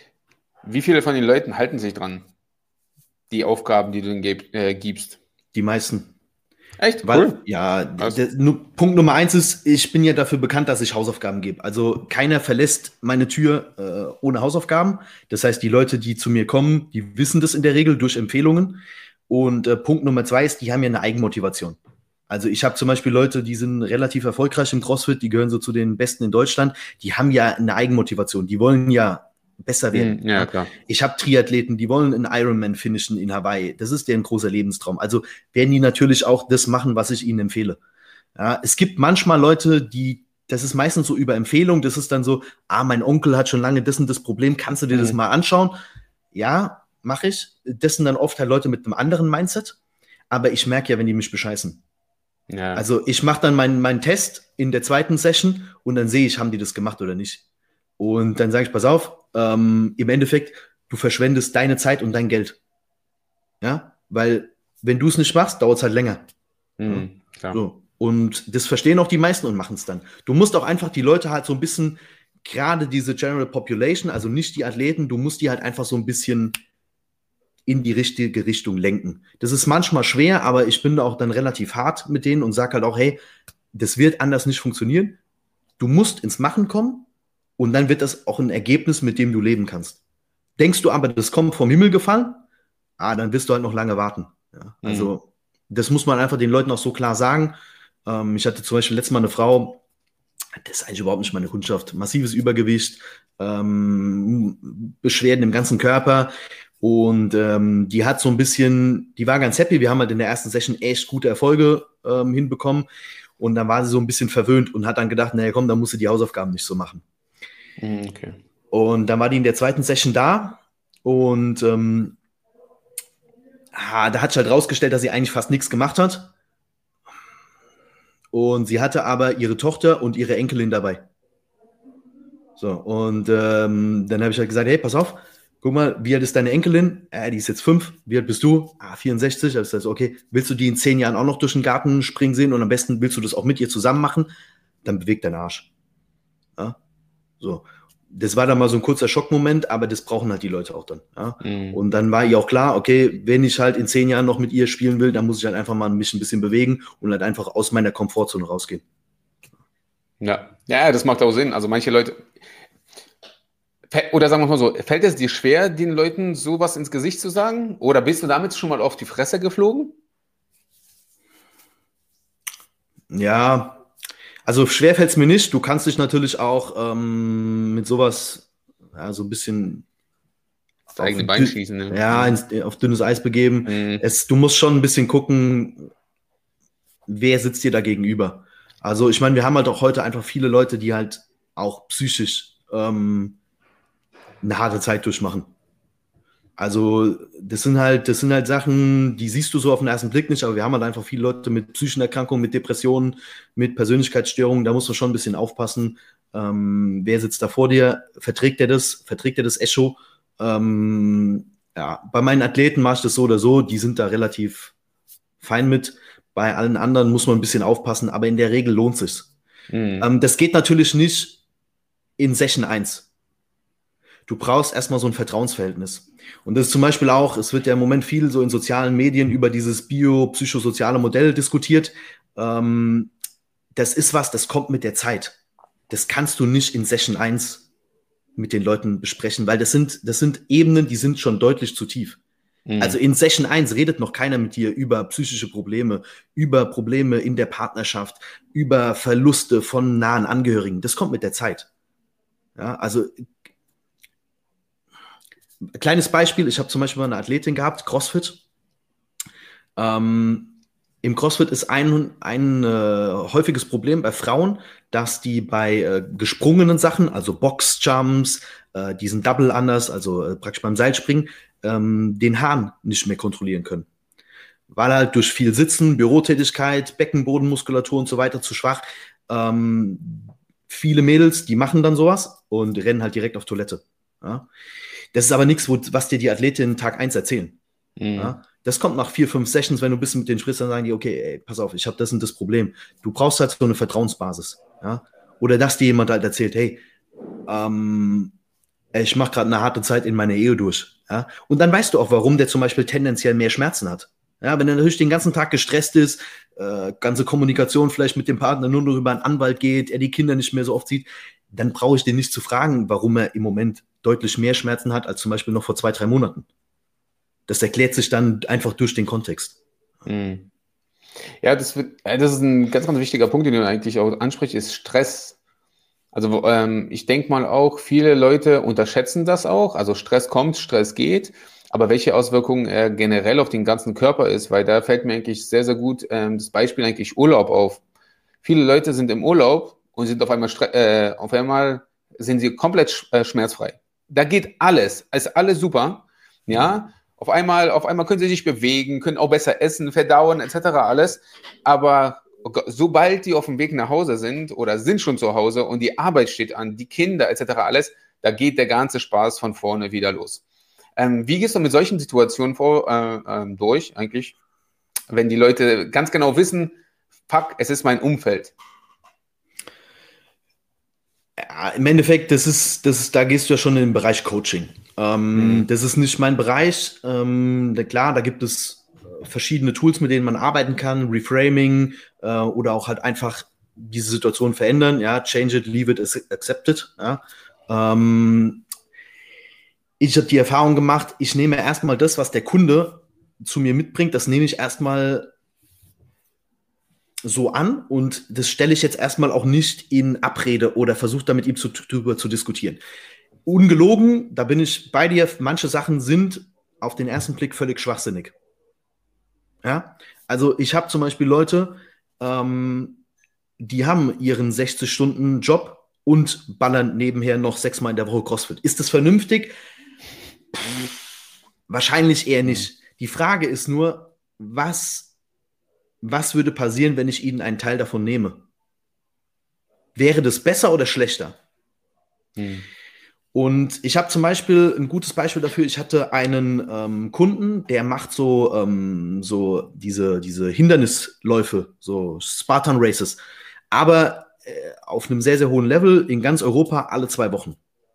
S1: Wie viele von den Leuten halten sich dran, die Aufgaben, die du ihnen geb, äh, gibst?
S2: Die meisten.
S1: Echt?
S2: Weil,
S1: Cool.
S2: ja,
S1: Was?
S2: der, nur, Punkt Nummer eins ist, ich bin ja dafür bekannt, dass ich Hausaufgaben gebe. Also keiner verlässt meine Tür äh, ohne Hausaufgaben. Das heißt, die Leute, die zu mir kommen, die wissen das in der Regel durch Empfehlungen. Und äh, Punkt Nummer zwei ist, die haben ja eine Eigenmotivation. Also ich habe zum Beispiel Leute, die sind relativ erfolgreich im CrossFit, die gehören so zu den Besten in Deutschland, die haben ja eine Eigenmotivation, die wollen ja besser werden.
S1: Mhm. Ja,
S2: Ja?
S1: klar.
S2: Ich habe Triathleten, die wollen einen Ironman finishen in Hawaii. Das ist deren großer Lebenstraum. Also werden die natürlich auch das machen, was ich ihnen empfehle. Ja, es gibt manchmal Leute, die, das ist meistens so über Empfehlung, das ist dann so, ah, mein Onkel hat schon lange das und das Problem, kannst du dir das
S1: Mhm.
S2: mal anschauen? Ja, mache ich. Das sind dann oft halt Leute mit einem anderen Mindset, aber ich merke ja, wenn die mich bescheißen.
S1: Ja.
S2: Also ich mache dann meinen meinen Test in der zweiten Session und dann sehe ich, haben die das gemacht oder nicht. Und dann sage ich, pass auf, ähm, im Endeffekt, du verschwendest deine Zeit und dein Geld. Ja, weil wenn du es nicht machst, dauert es halt länger. Ja?
S1: Mhm. Klar.
S2: So. Und das verstehen auch die meisten und machen es dann. Du musst auch einfach die Leute halt so ein bisschen, gerade diese General Population, also nicht die Athleten, du musst die halt einfach so ein bisschen in die richtige Richtung lenken. Das ist manchmal schwer, aber ich bin da auch dann relativ hart mit denen und sage halt auch, hey, das wird anders nicht funktionieren. Du musst ins Machen kommen und dann wird das auch ein Ergebnis, mit dem du leben kannst. Denkst du aber, das kommt vom Himmel gefallen? Ah, dann wirst du halt noch lange warten. Ja,
S1: Mhm.
S2: also das muss man einfach den Leuten auch so klar sagen. Ähm, ich hatte zum Beispiel letztes Mal eine Frau, das ist eigentlich überhaupt nicht meine Kundschaft, massives Übergewicht, ähm, Beschwerden im ganzen Körper. Und ähm, die hat so ein bisschen, die war ganz happy. Wir haben halt in der ersten Session echt gute Erfolge ähm, hinbekommen. Und dann war sie so ein bisschen verwöhnt und hat dann gedacht, naja, komm, dann musst du die Hausaufgaben nicht so machen.
S1: Mhm. Okay.
S2: Und dann war die in der zweiten Session da und ähm, ah, da hat sich halt rausgestellt, dass sie eigentlich fast nichts gemacht hat. Und sie hatte aber ihre Tochter und ihre Enkelin dabei. So, und ähm, dann habe ich halt gesagt, hey, pass auf, guck mal, wie alt ist deine Enkelin? Äh, die ist jetzt fünf. Wie alt bist du? Ah, vierundsechzig. Also, das heißt, okay, willst du die in zehn Jahren auch noch durch den Garten springen sehen und am besten willst du das auch mit ihr zusammen machen? Dann bewegt deinen Arsch. Ja? So. Das war dann mal so ein kurzer Schockmoment, aber das brauchen halt die Leute auch dann. Ja?
S1: Mhm.
S2: Und dann war ihr auch klar, okay, wenn ich halt in zehn Jahren noch mit ihr spielen will, dann muss ich halt einfach mal mich ein bisschen bewegen und halt einfach aus meiner Komfortzone rausgehen.
S1: Ja. Ja, das macht auch Sinn. Also manche Leute, fä- oder sagen wir mal so, fällt es dir schwer, den Leuten sowas ins Gesicht zu sagen? Oder bist du damit schon mal auf die Fresse geflogen?
S2: Ja, also schwer fällt es mir nicht. Du kannst dich natürlich auch ähm, mit sowas ja, so ein bisschen
S1: Das
S2: auf,
S1: eigene Bein
S2: dü-
S1: schießen, ne?
S2: ja,
S1: Mhm.
S2: ins, auf dünnes Eis begeben.
S1: Mhm.
S2: Es, du musst schon ein bisschen gucken, wer sitzt dir da gegenüber? Also ich meine, wir haben halt auch heute einfach viele Leute, die halt auch psychisch ähm, eine harte Zeit durchmachen. Also das sind halt, das sind halt Sachen, die siehst du so auf den ersten Blick nicht, aber wir haben halt einfach viele Leute mit psychischen Erkrankungen, mit Depressionen, mit Persönlichkeitsstörungen, da muss man schon ein bisschen aufpassen. Ähm, wer sitzt da vor dir? Verträgt er das? Verträgt er das Echo? Ähm, ja, bei meinen Athleten mache ich das so oder so, die sind da relativ fein mit. Bei allen anderen muss man ein bisschen aufpassen, aber in der Regel lohnt sich's.
S1: Mhm.
S2: Ähm, das geht natürlich nicht in Session eins. Du brauchst erstmal so ein Vertrauensverhältnis. Und das ist zum Beispiel auch, es wird ja im Moment viel so in sozialen Medien über dieses biopsychosoziale Modell diskutiert. Ähm, das ist was, das kommt mit der Zeit. Das kannst du nicht in Session eins mit den Leuten besprechen, weil das sind, das sind Ebenen, die sind schon deutlich zu tief. Mhm. Also in Session eins redet noch keiner mit dir über psychische Probleme, über Probleme in der Partnerschaft, über Verluste von nahen Angehörigen. Das kommt mit der Zeit. Ja, also kleines Beispiel, ich habe zum Beispiel mal eine Athletin gehabt, CrossFit. Ähm, Im CrossFit ist ein, ein äh, häufiges Problem bei Frauen, dass die bei äh, gesprungenen Sachen, also Boxjumps, äh, diesen Double Unders, also äh, praktisch beim Seilspringen, ähm, den Hahn nicht mehr kontrollieren können. Weil halt durch viel Sitzen, Bürotätigkeit, Beckenbodenmuskulatur und so weiter zu schwach. Ähm, viele Mädels, die machen dann sowas und rennen halt direkt auf Toilette. Ja? Das ist aber nichts, was dir die Athletinnen Tag eins erzählen. Mhm. Ja? Das kommt nach vier, fünf Sessions, wenn du ein bisschen mit denen sprichst, dann sagen die, okay, ey, pass auf, ich habe das und das Problem. Du brauchst halt so eine Vertrauensbasis. Ja? Oder dass dir jemand halt erzählt, hey, ähm, ich mache gerade eine harte Zeit in meiner Ehe durch. Ja? Und dann weißt du auch, warum der zum Beispiel tendenziell mehr Schmerzen hat. Ja? Wenn er natürlich den ganzen Tag gestresst ist, äh, ganze Kommunikation vielleicht mit dem Partner nur noch über einen Anwalt geht, er die Kinder nicht mehr so oft sieht, dann brauche ich den nicht zu fragen, warum er im Moment deutlich mehr Schmerzen hat, als zum Beispiel noch vor zwei, drei Monaten. Das erklärt sich dann einfach durch den Kontext.
S1: Mhm. Ja, das, wird, das ist ein ganz, ganz wichtiger Punkt, den du eigentlich auch ansprichst, ist Stress. Also ähm, ich denke mal auch, viele Leute unterschätzen das auch. Also Stress kommt, Stress geht. Aber welche Auswirkungen er generell auf den ganzen Körper ist, weil da fällt mir eigentlich sehr, sehr gut ähm, das Beispiel eigentlich Urlaub auf. Viele Leute sind im Urlaub und sind auf einmal, äh, auf einmal sind sie komplett sch äh, schmerzfrei. Da geht alles, ist alles super, ja. Auf einmal, auf einmal können sie sich bewegen, können auch besser essen, verdauen, et cetera alles. Aber sobald die auf dem Weg nach Hause sind oder sind schon zu Hause und die Arbeit steht an, die Kinder et cetera alles, da geht der ganze Spaß von vorne wieder los. Ähm, wie gehst du mit solchen Situationen vor, äh, ähm, durch eigentlich, wenn die Leute ganz genau wissen, fuck, es ist mein Umfeld?
S2: Ja, im Endeffekt, das ist, das ist, da gehst du ja schon in den Bereich Coaching. Ähm, mhm. Das ist nicht mein Bereich. Ähm, da, klar, da gibt es verschiedene Tools, mit denen man arbeiten kann, Reframing äh, oder auch halt einfach diese Situation verändern. Ja, change it, leave it, accept it. Ja. Ähm, ich habe die Erfahrung gemacht, ich nehme erstmal das, was der Kunde zu mir mitbringt, das nehme ich erstmal so an und das stelle ich jetzt erstmal auch nicht in Abrede oder versuche damit ihm zu, darüber zu diskutieren. Ungelogen, da bin ich bei dir, manche Sachen sind auf den ersten Blick völlig schwachsinnig. Ja, also ich habe zum Beispiel Leute, ähm, die haben ihren sechzig-Stunden-Job und ballern nebenher noch sechsmal in der Woche CrossFit. Ist das vernünftig? Pff, wahrscheinlich eher nicht. Die Frage ist nur, was Was würde passieren, wenn ich ihnen einen Teil davon nehme? Wäre das besser oder schlechter? Hm. Und ich habe zum Beispiel ein gutes Beispiel dafür. Ich hatte einen ähm, Kunden, der macht so, ähm, so diese, diese Hindernisläufe, so Spartan Races, aber äh, auf einem sehr, sehr hohen Level in ganz Europa alle zwei Wochen.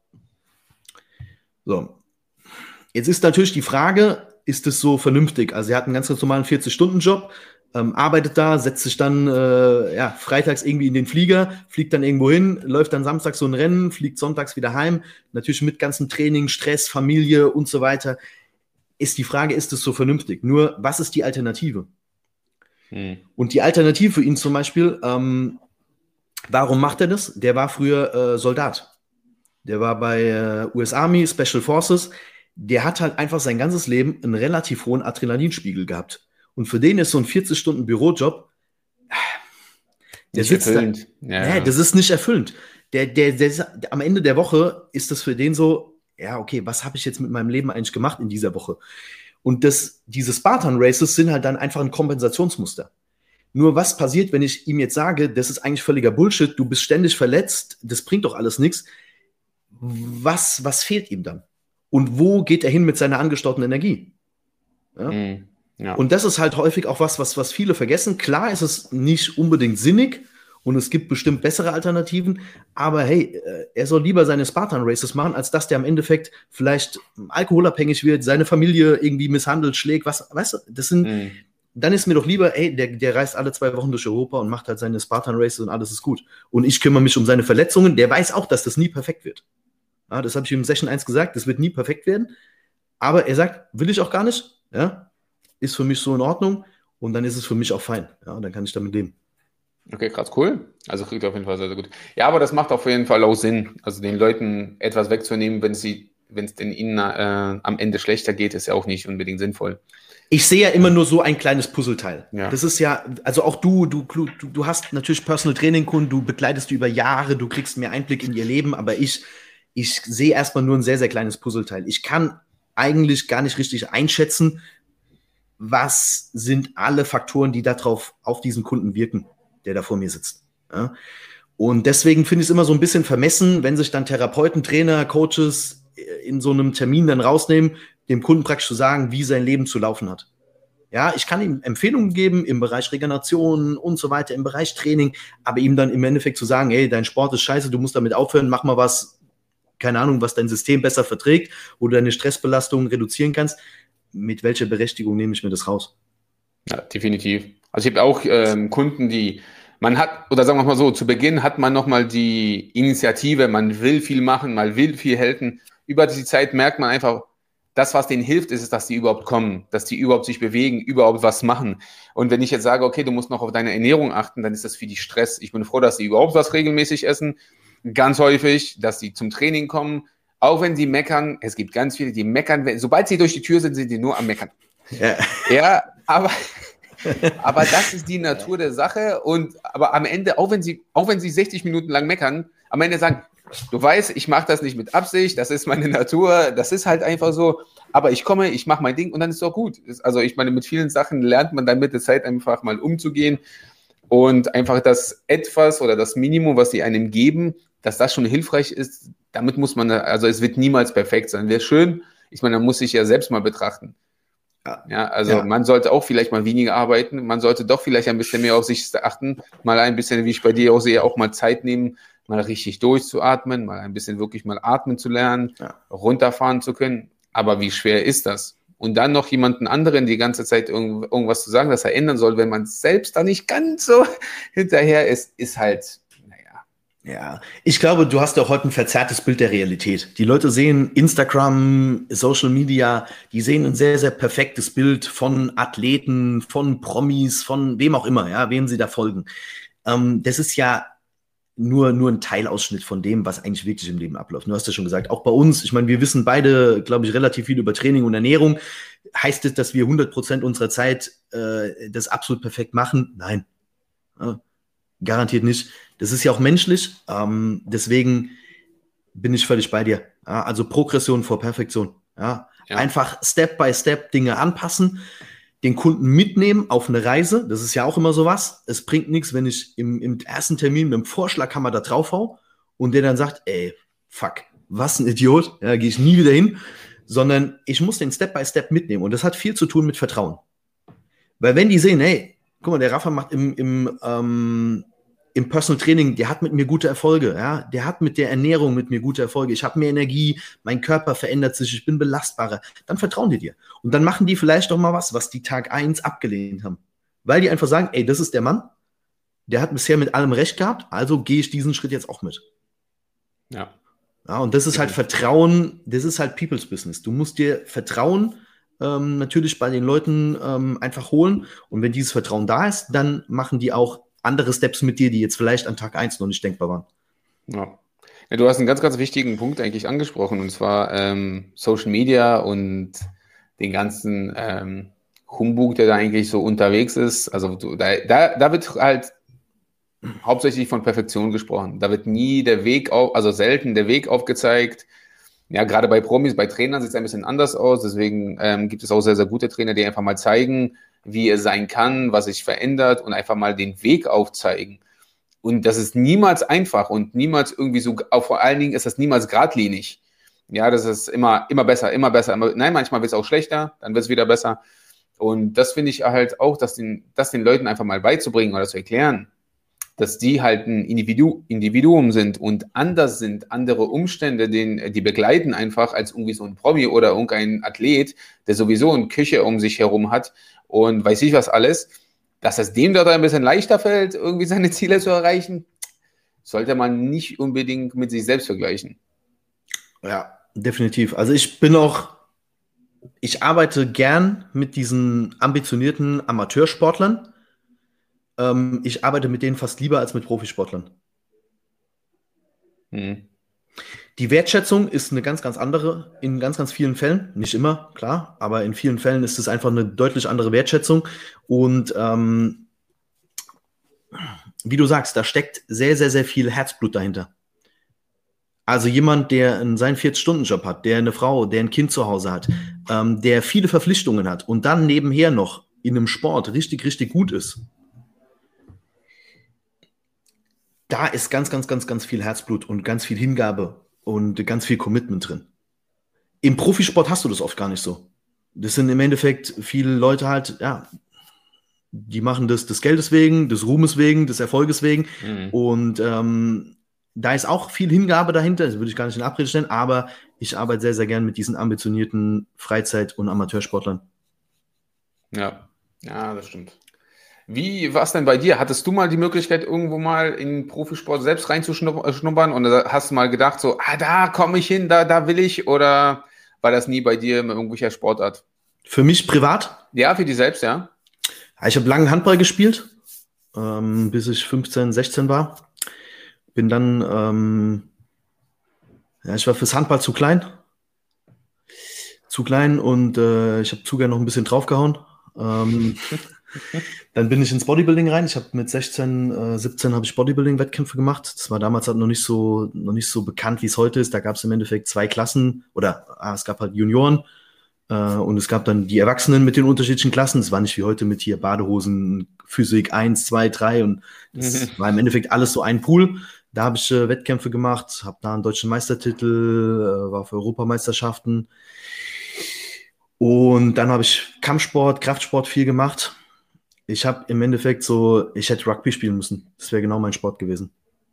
S2: So. Jetzt ist natürlich die Frage, ist es so vernünftig? Also er hat einen ganz, ganz normalen vierzig-Stunden-Job, Ähm, arbeitet da, setzt sich dann äh, ja, freitags irgendwie in den Flieger, fliegt dann irgendwo hin, läuft dann samstags so ein Rennen, fliegt sonntags wieder heim, natürlich mit ganzem Training, Stress, Familie und so weiter. Ist die Frage, ist es so vernünftig? Nur, was ist die Alternative? Hm. Und die Alternative für ihn zum Beispiel, ähm, warum macht er das? Der war früher äh, Soldat. Der war bei äh, U S Army, Special Forces. Der hat halt einfach sein ganzes Leben einen relativ hohen Adrenalinspiegel gehabt. Und für den ist so ein vierzig-Stunden-Bürojob, Der
S1: Nicht
S2: sitzt
S1: erfüllend.
S2: da.
S1: Ja,
S2: Nee, das ist nicht erfüllend. Der, der, der, der, am Ende der Woche ist das für den so, ja, okay, was habe ich jetzt mit meinem Leben eigentlich gemacht in dieser Woche? Und das, diese Spartan Races sind halt dann einfach ein Kompensationsmuster. Nur was passiert, wenn ich ihm jetzt sage, das ist eigentlich völliger Bullshit, du bist ständig verletzt, das bringt doch alles nichts. Was, was fehlt ihm dann? Und wo geht er hin mit seiner angestauten Energie? Ja?
S1: Mhm. Ja.
S2: Und das ist halt häufig auch was, was, was viele vergessen. Klar ist es nicht unbedingt sinnig und es gibt bestimmt bessere Alternativen, aber hey, er soll lieber seine Spartan Races machen, als dass der am Endeffekt vielleicht alkoholabhängig wird, seine Familie irgendwie misshandelt, schlägt, was, weißt du, das sind, mhm. Dann ist mir doch lieber, ey, der, der reist alle zwei Wochen durch Europa und macht halt seine Spartan Races und alles ist gut. Und ich kümmere mich um seine Verletzungen, der weiß auch, dass das nie perfekt wird. Ja, das habe ich ihm im Session eins gesagt, das wird nie perfekt werden, aber er sagt, will ich auch gar nicht, ja, ist für mich so in Ordnung und dann ist es für mich auch fein. Ja, und dann kann ich damit leben.
S1: Okay, krass, cool. Also kriegt er auf jeden Fall sehr, sehr gut. Ja, aber das macht auf jeden Fall auch Sinn. Also den Leuten etwas wegzunehmen, wenn sie, wenn es denn ihnen äh, am Ende schlechter geht, ist ja auch nicht unbedingt sinnvoll.
S2: Ich sehe ja immer nur so ein kleines Puzzleteil.
S1: Ja.
S2: Das ist ja, also auch du, du, du, du hast natürlich Personal Training Kunden, du begleitest die über Jahre, du kriegst mehr Einblick in ihr Leben, aber ich, ich sehe erstmal nur ein sehr, sehr kleines Puzzleteil. Ich kann eigentlich gar nicht richtig einschätzen, was sind alle Faktoren, die darauf auf diesen Kunden wirken, der da vor mir sitzt. Ja? Und deswegen finde ich es immer so ein bisschen vermessen, wenn sich dann Therapeuten, Trainer, Coaches in so einem Termin dann rausnehmen, dem Kunden praktisch zu sagen, wie sein Leben zu laufen hat. Ja, ich kann ihm Empfehlungen geben im Bereich Regeneration und so weiter, im Bereich Training, aber ihm dann im Endeffekt zu sagen, hey, dein Sport ist scheiße, du musst damit aufhören, mach mal was, keine Ahnung, was dein System besser verträgt oder deine Stressbelastung reduzieren kannst. Mit welcher Berechtigung nehme ich mir das raus?
S1: Ja, definitiv. Also ich habe auch ähm, Kunden, die man hat, oder sagen wir mal so, zu Beginn hat man nochmal die Initiative, man will viel machen, man will viel helfen. Über die Zeit merkt man einfach, das, was denen hilft, ist es, dass die überhaupt kommen, dass die überhaupt sich bewegen, überhaupt was machen. Und wenn ich jetzt sage, okay, du musst noch auf deine Ernährung achten, dann ist das für die Stress. Ich bin froh, dass die überhaupt was regelmäßig essen, ganz häufig, dass die zum Training kommen, auch wenn sie meckern. Es gibt ganz viele, die meckern, wenn, sobald sie durch die Tür sind, sind die nur am Meckern. Ja, ja aber, aber das ist die Natur der Sache. Und aber am Ende, auch wenn sie, auch wenn sie sechzig Minuten lang meckern, am Ende sagen, du weißt, ich mache das nicht mit Absicht, das ist meine Natur, das ist halt einfach so, aber ich komme, ich mache mein Ding und dann ist es auch gut. Also ich meine, mit vielen Sachen lernt man dann mit der Zeit einfach mal umzugehen und einfach das Etwas oder das Minimum, was sie einem geben, dass das schon hilfreich ist, damit muss man, also es wird niemals perfekt sein. Wäre schön, ich meine, man muss sich ja selbst mal betrachten. Ja, also ja. Man sollte auch vielleicht mal weniger arbeiten, man sollte doch vielleicht ein bisschen mehr auf sich achten, mal ein bisschen, wie ich bei dir auch sehe, auch mal Zeit nehmen, mal richtig durchzuatmen, mal ein bisschen wirklich mal atmen zu lernen, ja. runterfahren zu können. Aber wie schwer ist das? Und dann noch jemanden anderen die ganze Zeit irgend, irgendwas zu sagen, das er ändern soll, wenn man selbst da nicht ganz so hinterher ist, ist halt, naja.
S2: Ja, ich glaube, du hast ja heute ein verzerrtes Bild der Realität. Die Leute sehen Instagram, Social Media, die sehen ein sehr, sehr perfektes Bild von Athleten, von Promis, von wem auch immer, ja, wem sie da folgen. Ähm, das ist ja nur, nur ein Teilausschnitt von dem, was eigentlich wirklich im Leben abläuft. Du hast ja schon gesagt, auch bei uns, ich meine, wir wissen beide, glaube ich, relativ viel über Training und Ernährung. Heißt es, dass wir hundert Prozent unserer Zeit äh, das absolut perfekt machen? Nein, ja, garantiert nicht. Das ist ja auch menschlich, ähm, deswegen bin ich völlig bei dir. Ja, also Progression vor Perfektion. Ja. Ja. Einfach Step by Step Dinge anpassen, den Kunden mitnehmen auf eine Reise, das ist ja auch immer sowas. Es bringt nichts, wenn ich im, im ersten Termin mit dem Vorschlaghammer da drauf hau und der dann sagt, ey, fuck, was ein Idiot, ja, gehe ich nie wieder hin, sondern ich muss den Step by Step mitnehmen und das hat viel zu tun mit Vertrauen. Weil wenn die sehen, hey, guck mal, der Rafa macht im, im, ähm, im Personal Training, der hat mit mir gute Erfolge, ja, der hat mit der Ernährung mit mir gute Erfolge, ich habe mehr Energie, mein Körper verändert sich, ich bin belastbarer, dann vertrauen die dir. Und dann machen die vielleicht doch mal was, was die Tag eins abgelehnt haben. Weil die einfach sagen, ey, das ist der Mann, der hat bisher mit allem recht gehabt, also gehe ich diesen Schritt jetzt auch mit.
S1: Ja.
S2: Ja, und das ist halt Vertrauen, das ist halt People's Business. Du musst dir Vertrauen ähm, natürlich bei den Leuten ähm, einfach holen und wenn dieses Vertrauen da ist, dann machen die auch andere Steps mit dir, die jetzt vielleicht an Tag eins noch nicht denkbar waren.
S1: Ja. Ja, du hast einen ganz, ganz wichtigen Punkt eigentlich angesprochen, und zwar ähm, Social Media und den ganzen ähm, Humbug, der da eigentlich so unterwegs ist. Also du, da, da, da wird halt hauptsächlich von Perfektion gesprochen. Da wird nie der Weg, auf, also selten der Weg aufgezeigt. Ja, gerade bei Promis, bei Trainern sieht es ein bisschen anders aus. Deswegen ähm, gibt es auch sehr, sehr gute Trainer, die einfach mal zeigen, wie er sein kann, was sich verändert und einfach mal den Weg aufzeigen. Und das ist niemals einfach und niemals irgendwie so, auch vor allen Dingen ist das niemals geradlinig. Ja, das ist immer, immer besser, immer besser. Immer, nein, manchmal wird es auch schlechter, dann wird es wieder besser. Und das finde ich halt auch, dass den, das den Leuten einfach mal beizubringen oder zu erklären, dass die halt ein Individu- Individuum sind und anders sind, andere Umstände, den, die begleiten einfach als irgendwie so ein Promi oder irgendein Athlet, der sowieso eine Küche um sich herum hat und weiß ich was alles, dass es dem dort ein bisschen leichter fällt, irgendwie seine Ziele zu erreichen, sollte man nicht unbedingt mit sich selbst vergleichen.
S2: Ja, definitiv. Also ich bin auch, ich arbeite gern mit diesen ambitionierten Amateursportlern. Ähm, ich arbeite mit denen fast lieber als mit Profisportlern.
S1: Hm.
S2: Die Wertschätzung ist eine ganz, ganz andere in ganz, ganz vielen Fällen. Nicht immer, klar, aber in vielen Fällen ist es einfach eine deutlich andere Wertschätzung. Und ähm, wie du sagst, da steckt sehr, sehr, sehr viel Herzblut dahinter. Also jemand, der einen seinen vierzig-Stunden-Job hat, der eine Frau, der ein Kind zu Hause hat, ähm, der viele Verpflichtungen hat und dann nebenher noch in einem Sport richtig, richtig gut ist. Da ist ganz, ganz, ganz, ganz viel Herzblut und ganz viel Hingabe und ganz viel Commitment drin. Im Profisport hast du das oft gar nicht so. Das sind im Endeffekt viele Leute halt, ja, die machen das des Geldes wegen, des Ruhmes wegen, des Erfolges wegen. Mhm. Und ähm, da ist auch viel Hingabe dahinter, das würde ich gar nicht in Abrede stellen, aber ich arbeite sehr, sehr gern mit diesen ambitionierten Freizeit- und Amateursportlern.
S1: Ja, ja, das stimmt. Wie war es denn bei dir? Hattest du mal die Möglichkeit, irgendwo mal in Profisport selbst reinzuschnuppern und hast du mal gedacht, so, ah, da komme ich hin, da, da will ich, oder war das nie bei dir mit irgendwelcher Sportart?
S2: Für mich privat?
S1: Ja, für dich selbst, ja.
S2: Ich habe lange Handball gespielt, ähm, bis ich fünfzehn, sechzehn war. Bin dann, ähm, ja, ich war fürs Handball zu klein. Zu klein und äh, ich habe zu gern noch ein bisschen draufgehauen. Ähm, Dann bin ich ins Bodybuilding rein. Ich habe mit sechzehn, äh, siebzehn habe ich Bodybuilding-Wettkämpfe gemacht. Das war damals halt noch nicht so, noch nicht so bekannt, wie es heute ist. Da gab es im Endeffekt zwei Klassen oder ah, es gab halt Junioren äh, und es gab dann die Erwachsenen mit den unterschiedlichen Klassen. Es war nicht wie heute mit hier Badehosen, Physik eins, zwei, drei und das mhm. war im Endeffekt alles so ein Pool. Da habe ich äh, Wettkämpfe gemacht, habe da einen deutschen Meistertitel, äh, war für Europameisterschaften. Und dann habe ich Kampfsport, Kraftsport viel gemacht. Ich habe im Endeffekt so, ich hätte Rugby spielen müssen. Das wäre genau mein Sport gewesen.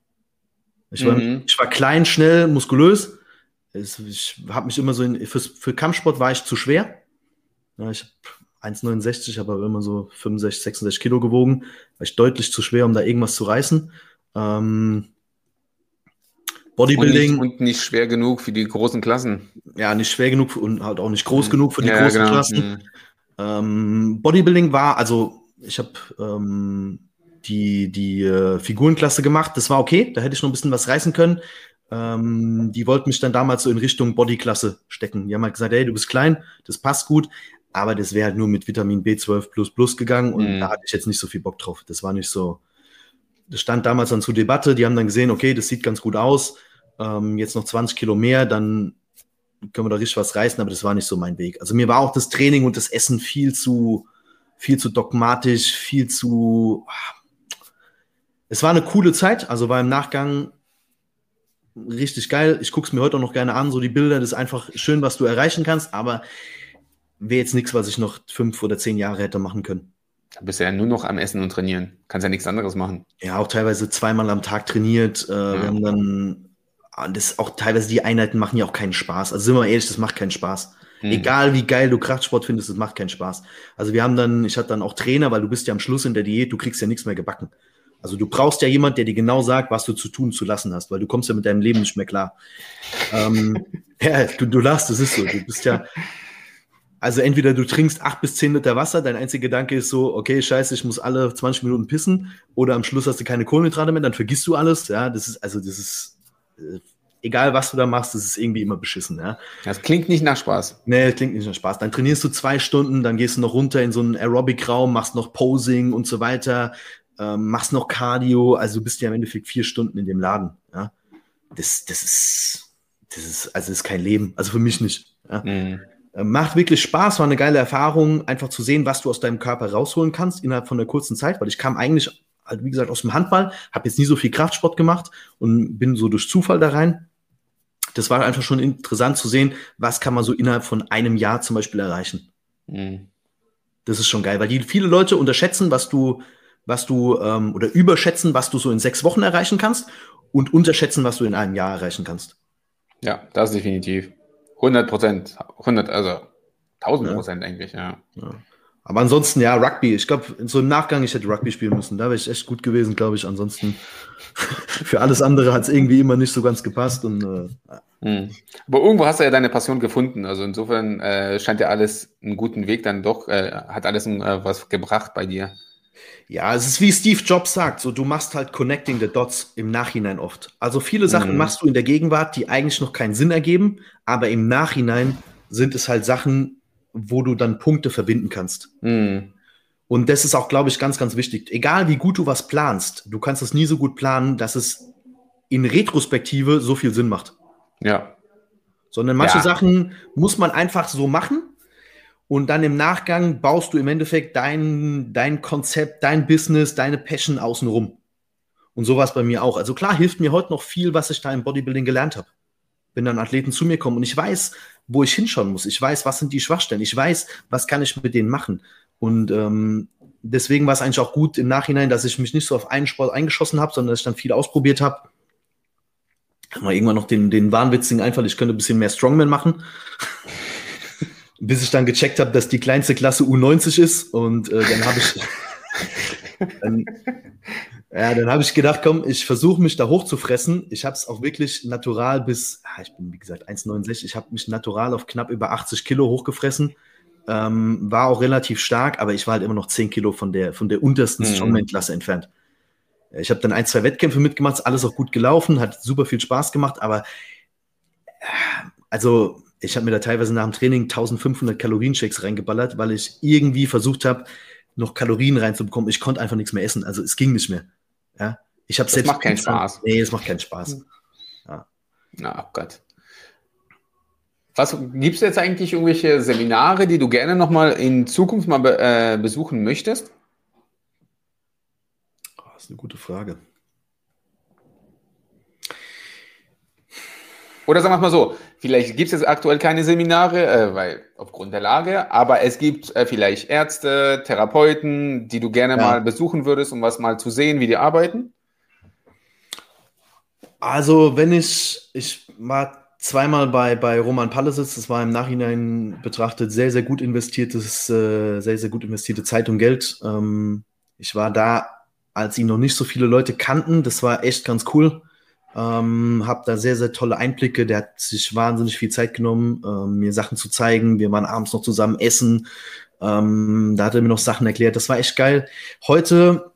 S2: Ich war, mhm. ich war klein, schnell, muskulös. Ich, ich habe mich immer so, in, für, für Kampfsport war ich zu schwer. Ja, ich habe eins Komma neunundsechzig, habe aber immer so fünfundsechzig, sechsundsechzig Kilo gewogen. War ich deutlich zu schwer, um da irgendwas zu reißen. Ähm, Bodybuilding.
S1: Und nicht, und nicht schwer genug für die großen Klassen.
S2: Ja, nicht schwer genug und halt auch nicht groß mhm. genug für die ja, großen genau. Klassen. Mhm. Ähm, Bodybuilding war, also ich habe ähm, die, die äh, Figurenklasse gemacht. Das war okay, da hätte ich noch ein bisschen was reißen können. Ähm, die wollten mich dann damals so in Richtung Bodyklasse stecken. Die haben halt gesagt, hey, du bist klein, das passt gut, aber das wäre halt nur mit Vitamin B zwölf plus plus gegangen und mhm. da hatte ich jetzt nicht so viel Bock drauf. Das war nicht so, das stand damals dann zur Debatte. Die haben dann gesehen, okay, das sieht ganz gut aus, ähm, jetzt noch zwanzig Kilo mehr, dann können wir da richtig was reißen, aber das war nicht so mein Weg. Also mir war auch das Training und das Essen viel zu viel zu dogmatisch, viel zu... Es war eine coole Zeit, also war im Nachgang richtig geil. Ich gucke es mir heute auch noch gerne an, so die Bilder, das ist einfach schön, was du erreichen kannst, aber wäre jetzt nichts, was ich noch fünf oder zehn Jahre hätte machen können.
S1: Da bist du ja nur noch am Essen und Trainieren. Kannst ja nichts anderes machen.
S2: Ja, auch teilweise zweimal am Tag trainiert. Äh, ja. Wir haben dann... Das auch teilweise die Einheiten machen ja auch keinen Spaß. Also sind wir mal ehrlich, das macht keinen Spaß. Hm. Egal wie geil du Kraftsport findest, das macht keinen Spaß. Also wir haben dann, ich hatte dann auch Trainer, weil du bist ja am Schluss in der Diät, du kriegst ja nichts mehr gebacken. Also du brauchst ja jemand, der dir genau sagt, was du zu tun, zu lassen hast, weil du kommst ja mit deinem Leben nicht mehr klar. ähm, ja, du, du lachst, das ist so. Du bist ja, also entweder du trinkst acht bis zehn Liter Wasser, dein einziger Gedanke ist so, okay, scheiße, ich muss alle zwanzig Minuten pissen, oder am Schluss hast du keine Kohlenhydrate mehr, dann vergisst du alles. Ja, das ist, also das ist, äh, egal was du da machst, das ist irgendwie immer beschissen. Ja?
S1: Das klingt nicht nach Spaß.
S2: Nee, das klingt nicht nach Spaß. Dann trainierst du zwei Stunden, dann gehst du noch runter in so einen Aerobic-Raum, machst noch Posing und so weiter. ähm, machst noch Cardio, also du bist ja im Endeffekt vier Stunden in dem Laden. Ja? Das, das ist, das ist, also das ist kein Leben, also für mich nicht. Ja?
S1: Mhm.
S2: Macht wirklich Spaß, war eine geile Erfahrung, einfach zu sehen, was du aus deinem Körper rausholen kannst innerhalb von einer kurzen Zeit, weil ich kam eigentlich, halt wie gesagt, aus dem Handball, habe jetzt nie so viel Kraftsport gemacht und bin so durch Zufall da rein. Das war einfach schon interessant zu sehen, was kann man so innerhalb von einem Jahr zum Beispiel erreichen.
S1: Mhm.
S2: Das ist schon geil, weil die viele Leute unterschätzen, was du, was du, ähm, oder überschätzen, was du so in sechs Wochen erreichen kannst und unterschätzen, was du in einem Jahr erreichen kannst.
S1: Ja, das definitiv. hundert Prozent. hundert, also tausend
S2: Ja.
S1: Prozent eigentlich, ja.
S2: Ja. Aber ansonsten, ja, Rugby. Ich glaube, so im Nachgang, ich hätte Rugby spielen müssen. Da wäre ich echt gut gewesen, glaube ich. Ansonsten, für alles andere hat es irgendwie immer nicht so ganz gepasst. Und, äh,
S1: Mhm. Aber irgendwo hast du ja deine Passion gefunden. Also insofern äh, scheint ja alles einen guten Weg dann doch, äh, hat alles äh, was gebracht bei dir.
S2: ja, es ist wie Steve Jobs sagt, so du machst halt Connecting the Dots im Nachhinein oft. Also viele Sachen
S1: Mhm.
S2: machst du in der Gegenwart, die eigentlich noch keinen Sinn ergeben, aber im Nachhinein sind es halt Sachen, wo du dann Punkte verbinden kannst.
S1: Mhm.
S2: Und das ist auch, glaube ich, ganz, ganz wichtig. Egal wie gut du was planst, du kannst es nie so gut planen, dass es in Retrospektive so viel Sinn macht.
S1: Ja.
S2: Sondern manche
S1: Ja.
S2: Sachen muss man einfach so machen und dann im Nachgang baust du im Endeffekt dein, dein Konzept, dein Business, deine Passion außenrum. Und so war es bei mir auch. Also klar hilft mir heute noch viel, was ich da im Bodybuilding gelernt habe. Wenn dann Athleten zu mir kommen und ich weiß, wo ich hinschauen muss. Ich weiß, was sind die Schwachstellen. Ich weiß, was kann ich mit denen machen. Und ähm, deswegen war es eigentlich auch gut im Nachhinein, dass ich mich nicht so auf einen Sport eingeschossen habe, sondern dass ich dann viel ausprobiert habe. Mal irgendwann noch den, den wahnwitzigen Einfall, ich könnte ein bisschen mehr Strongman machen. Bis ich dann gecheckt habe, dass die kleinste Klasse U neunzig ist. Und äh, dann habe ich dann, ja, dann habe ich gedacht, komm, ich versuche mich da hochzufressen. Ich habe es auch wirklich natural bis, ah, ich bin wie gesagt eins Komma neunundsechzig, ich habe mich natural auf knapp über achtzig Kilo hochgefressen. Ähm, war auch relativ stark, aber ich war halt immer noch zehn Kilo von der, von der untersten
S1: Mhm.
S2: Strongman-Klasse entfernt. Ich habe dann ein, zwei Wettkämpfe mitgemacht, ist alles auch gut gelaufen, hat super viel Spaß gemacht, aber also ich habe mir da teilweise nach dem Training eintausendfünfhundert Kalorien-Shakes reingeballert, weil ich irgendwie versucht habe, noch Kalorien reinzubekommen. Ich konnte einfach nichts mehr essen, also es ging nicht mehr. Ja? Ich habe
S1: Das
S2: selbst
S1: macht keinen
S2: Pizza.
S1: Spaß.
S2: Nee, es macht keinen Spaß. Ja.
S1: Na, oh Gott. Was gibt es jetzt eigentlich irgendwelche Seminare, die du gerne nochmal in Zukunft mal be äh, besuchen möchtest?
S2: Oh, das ist eine gute Frage.
S1: Oder sagen wir es mal so, vielleicht gibt es jetzt aktuell keine Seminare, äh, weil aufgrund der Lage, aber es gibt äh, vielleicht Ärzte, Therapeuten, die du gerne
S2: Ja.
S1: mal besuchen würdest, um was mal zu sehen, wie die arbeiten?
S2: Also, wenn ich, ich war zweimal bei, bei Roman Palesic, das war im Nachhinein betrachtet sehr, sehr gut investiertes, äh, sehr, sehr gut investierte Zeit und Geld. Ähm, ich war da, als ihn noch nicht so viele Leute kannten, das war echt ganz cool. Ähm, hab da sehr, sehr tolle Einblicke. Der hat sich wahnsinnig viel Zeit genommen, ähm, mir Sachen zu zeigen. Wir waren abends noch zusammen essen. Ähm, da hat er mir noch Sachen erklärt. Das war echt geil. Heute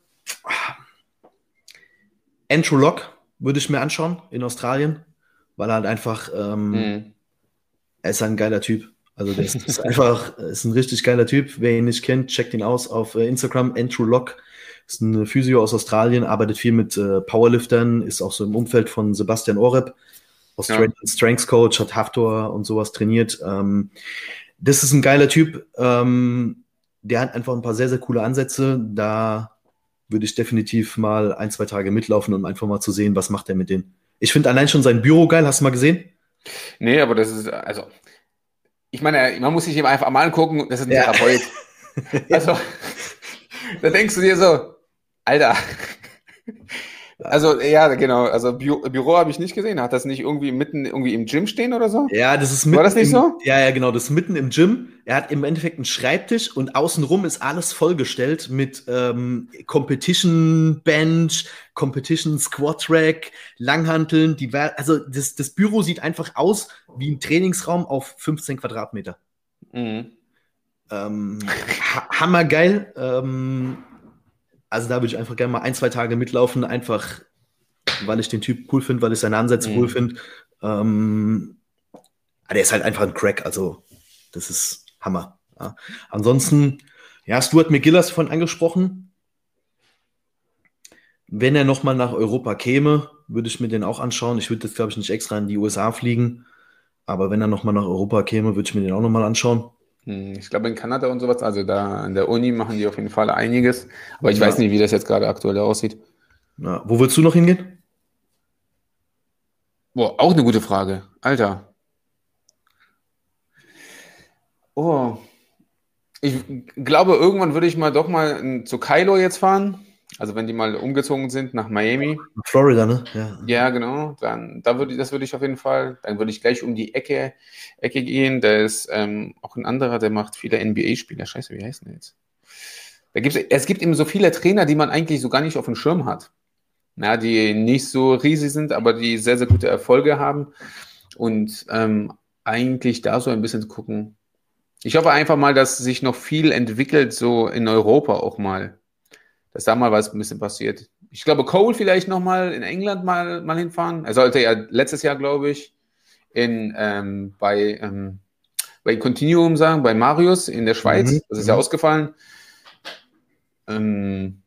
S2: Andrew Locke würde ich mir anschauen in Australien, weil er halt einfach, ähm,
S1: Mhm.
S2: er ist ein geiler Typ. Also der ist, ist einfach, ist ein richtig geiler Typ. Wer ihn nicht kennt, checkt ihn aus auf äh, Instagram. Andrew Locke ist ein Physio aus Australien, arbeitet viel mit äh, Powerliftern, ist auch so im Umfeld von Sebastian Oreb, Australian
S1: Ja.
S2: Strengths Coach, hat Haftor und sowas trainiert. Ähm, das ist ein geiler Typ. Ähm, der hat einfach ein paar sehr, sehr coole Ansätze. Da würde ich definitiv mal ein, zwei Tage mitlaufen, um einfach mal zu sehen, was macht er mit denen. Ich finde allein schon sein Büro geil. Hast du mal gesehen?
S1: Nee, aber das ist, also, ich meine, man muss sich eben einfach mal angucken, das ist ein
S2: Ja.
S1: Therapeut. Also, da denkst du dir so, Alter. Also, ja, genau, also Bü Büro habe ich nicht gesehen. Hat das nicht irgendwie mitten irgendwie im Gym stehen oder so?
S2: Ja, das ist mitten
S1: War das nicht
S2: im,
S1: so?
S2: ja, ja, genau, das ist mitten im Gym. Er hat im Endeffekt einen Schreibtisch und außenrum ist alles vollgestellt mit ähm, Competition Bench, Competition Squat Rack, Langhanteln. Die, also das, das Büro sieht einfach aus wie ein Trainingsraum auf fünfzehn Quadratmeter.
S1: Mhm.
S2: Ähm, ha hammergeil. Ähm, also da würde ich einfach gerne mal ein, zwei Tage mitlaufen, einfach weil ich den Typ cool finde, weil ich seine Ansätze
S1: Mhm.
S2: cool finde. Ähm, aber der ist halt einfach ein Crack, also das ist Hammer. Ja. Ansonsten, ja, Stuart McGill hast du vorhin angesprochen. Wenn er nochmal nach Europa käme, würde ich mir den auch anschauen. Ich würde jetzt, glaube ich, nicht extra in die U S A fliegen, aber wenn er nochmal nach Europa käme, würde ich mir den auch nochmal anschauen.
S1: Hm, Ich glaube in Kanada und sowas, also da an der Uni machen die auf jeden Fall einiges. Aber ich weiß
S2: Ja.
S1: nicht, wie das jetzt gerade aktuell aussieht.
S2: Ja. Wo willst du noch hingehen?
S1: Boah, auch eine gute Frage. Alter. Oh, ich glaube, irgendwann würde ich mal doch mal in- zu Kylo jetzt fahren. Also wenn die mal umgezogen sind nach Miami.
S2: Florida, ne? Ja.
S1: Ja, genau. Dann, da würde, das würde ich auf jeden Fall. Dann würde ich gleich um die Ecke, Ecke gehen. Da ist ähm, auch ein anderer, der macht viele N B A-Spieler. Scheiße, wie heißt der jetzt? Da gibt's, es gibt eben so viele Trainer, die man eigentlich so gar nicht auf dem Schirm hat. Ja, die nicht so riesig sind, aber die sehr, sehr gute Erfolge haben. Und ähm, eigentlich da so ein bisschen zu gucken. Ich hoffe einfach mal, dass sich noch viel entwickelt, so in Europa auch mal. Dass da mal was ein bisschen passiert. Ich glaube, Cole vielleicht noch mal in England mal, mal hinfahren. Er sollte ja letztes Jahr, glaube ich, in, ähm, bei, ähm, bei Continuum sagen, bei Marius in der
S2: Mhm.
S1: Schweiz. Das ist ja
S2: Mhm.
S1: ausgefallen. Ähm,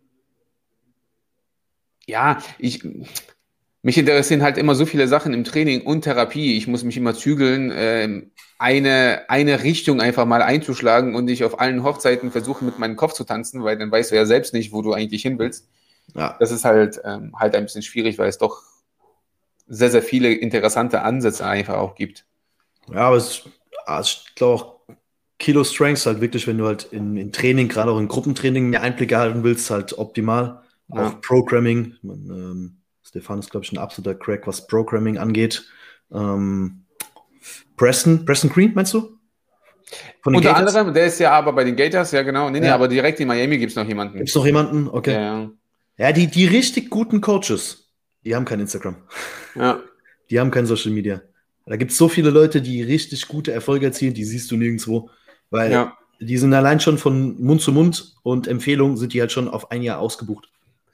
S1: ja, ich, mich interessieren halt immer so viele Sachen im Training und Therapie. Ich muss mich immer zügeln, ähm, eine, eine Richtung einfach mal einzuschlagen und nicht auf allen Hochzeiten versuchen, mit meinem Kopf zu tanzen, weil dann weißt du ja selbst nicht, wo du eigentlich hin willst.
S2: Ja.
S1: Das ist halt, ähm, halt ein bisschen schwierig, weil es doch sehr, sehr viele interessante Ansätze einfach auch gibt.
S2: Ja, aber es, ah, ich glaube auch, Kilo Strength halt wirklich, wenn du halt in, in Training, gerade auch in Gruppentraining, mehr Einblick erhalten willst, halt optimal. Auch
S1: Ja.
S2: Programming. Man, ähm, Stefan ist, glaube ich, ein absoluter Crack, was Programming angeht. Ähm, Preston, Preston Green, meinst du? Von den
S1: Unter
S2: Gators?
S1: anderem, der ist ja aber bei den Gators, ja genau. Nee, nee, aber
S2: Ja.
S1: direkt in Miami gibt es noch
S2: Gibt
S1: jemanden.
S2: es noch jemanden?
S1: Ja,
S2: Okay.
S1: ja.
S2: Ja, die, die richtig guten Coaches, die haben kein Instagram.
S1: Ja,
S2: Die haben kein Social Media. Da gibt es so viele Leute, die richtig gute Erfolge erzielen, die siehst du nirgendwo. Weil
S1: ja,
S2: die sind allein schon von Mund zu Mund und Empfehlungen sind die halt schon auf ein Jahr ausgebucht.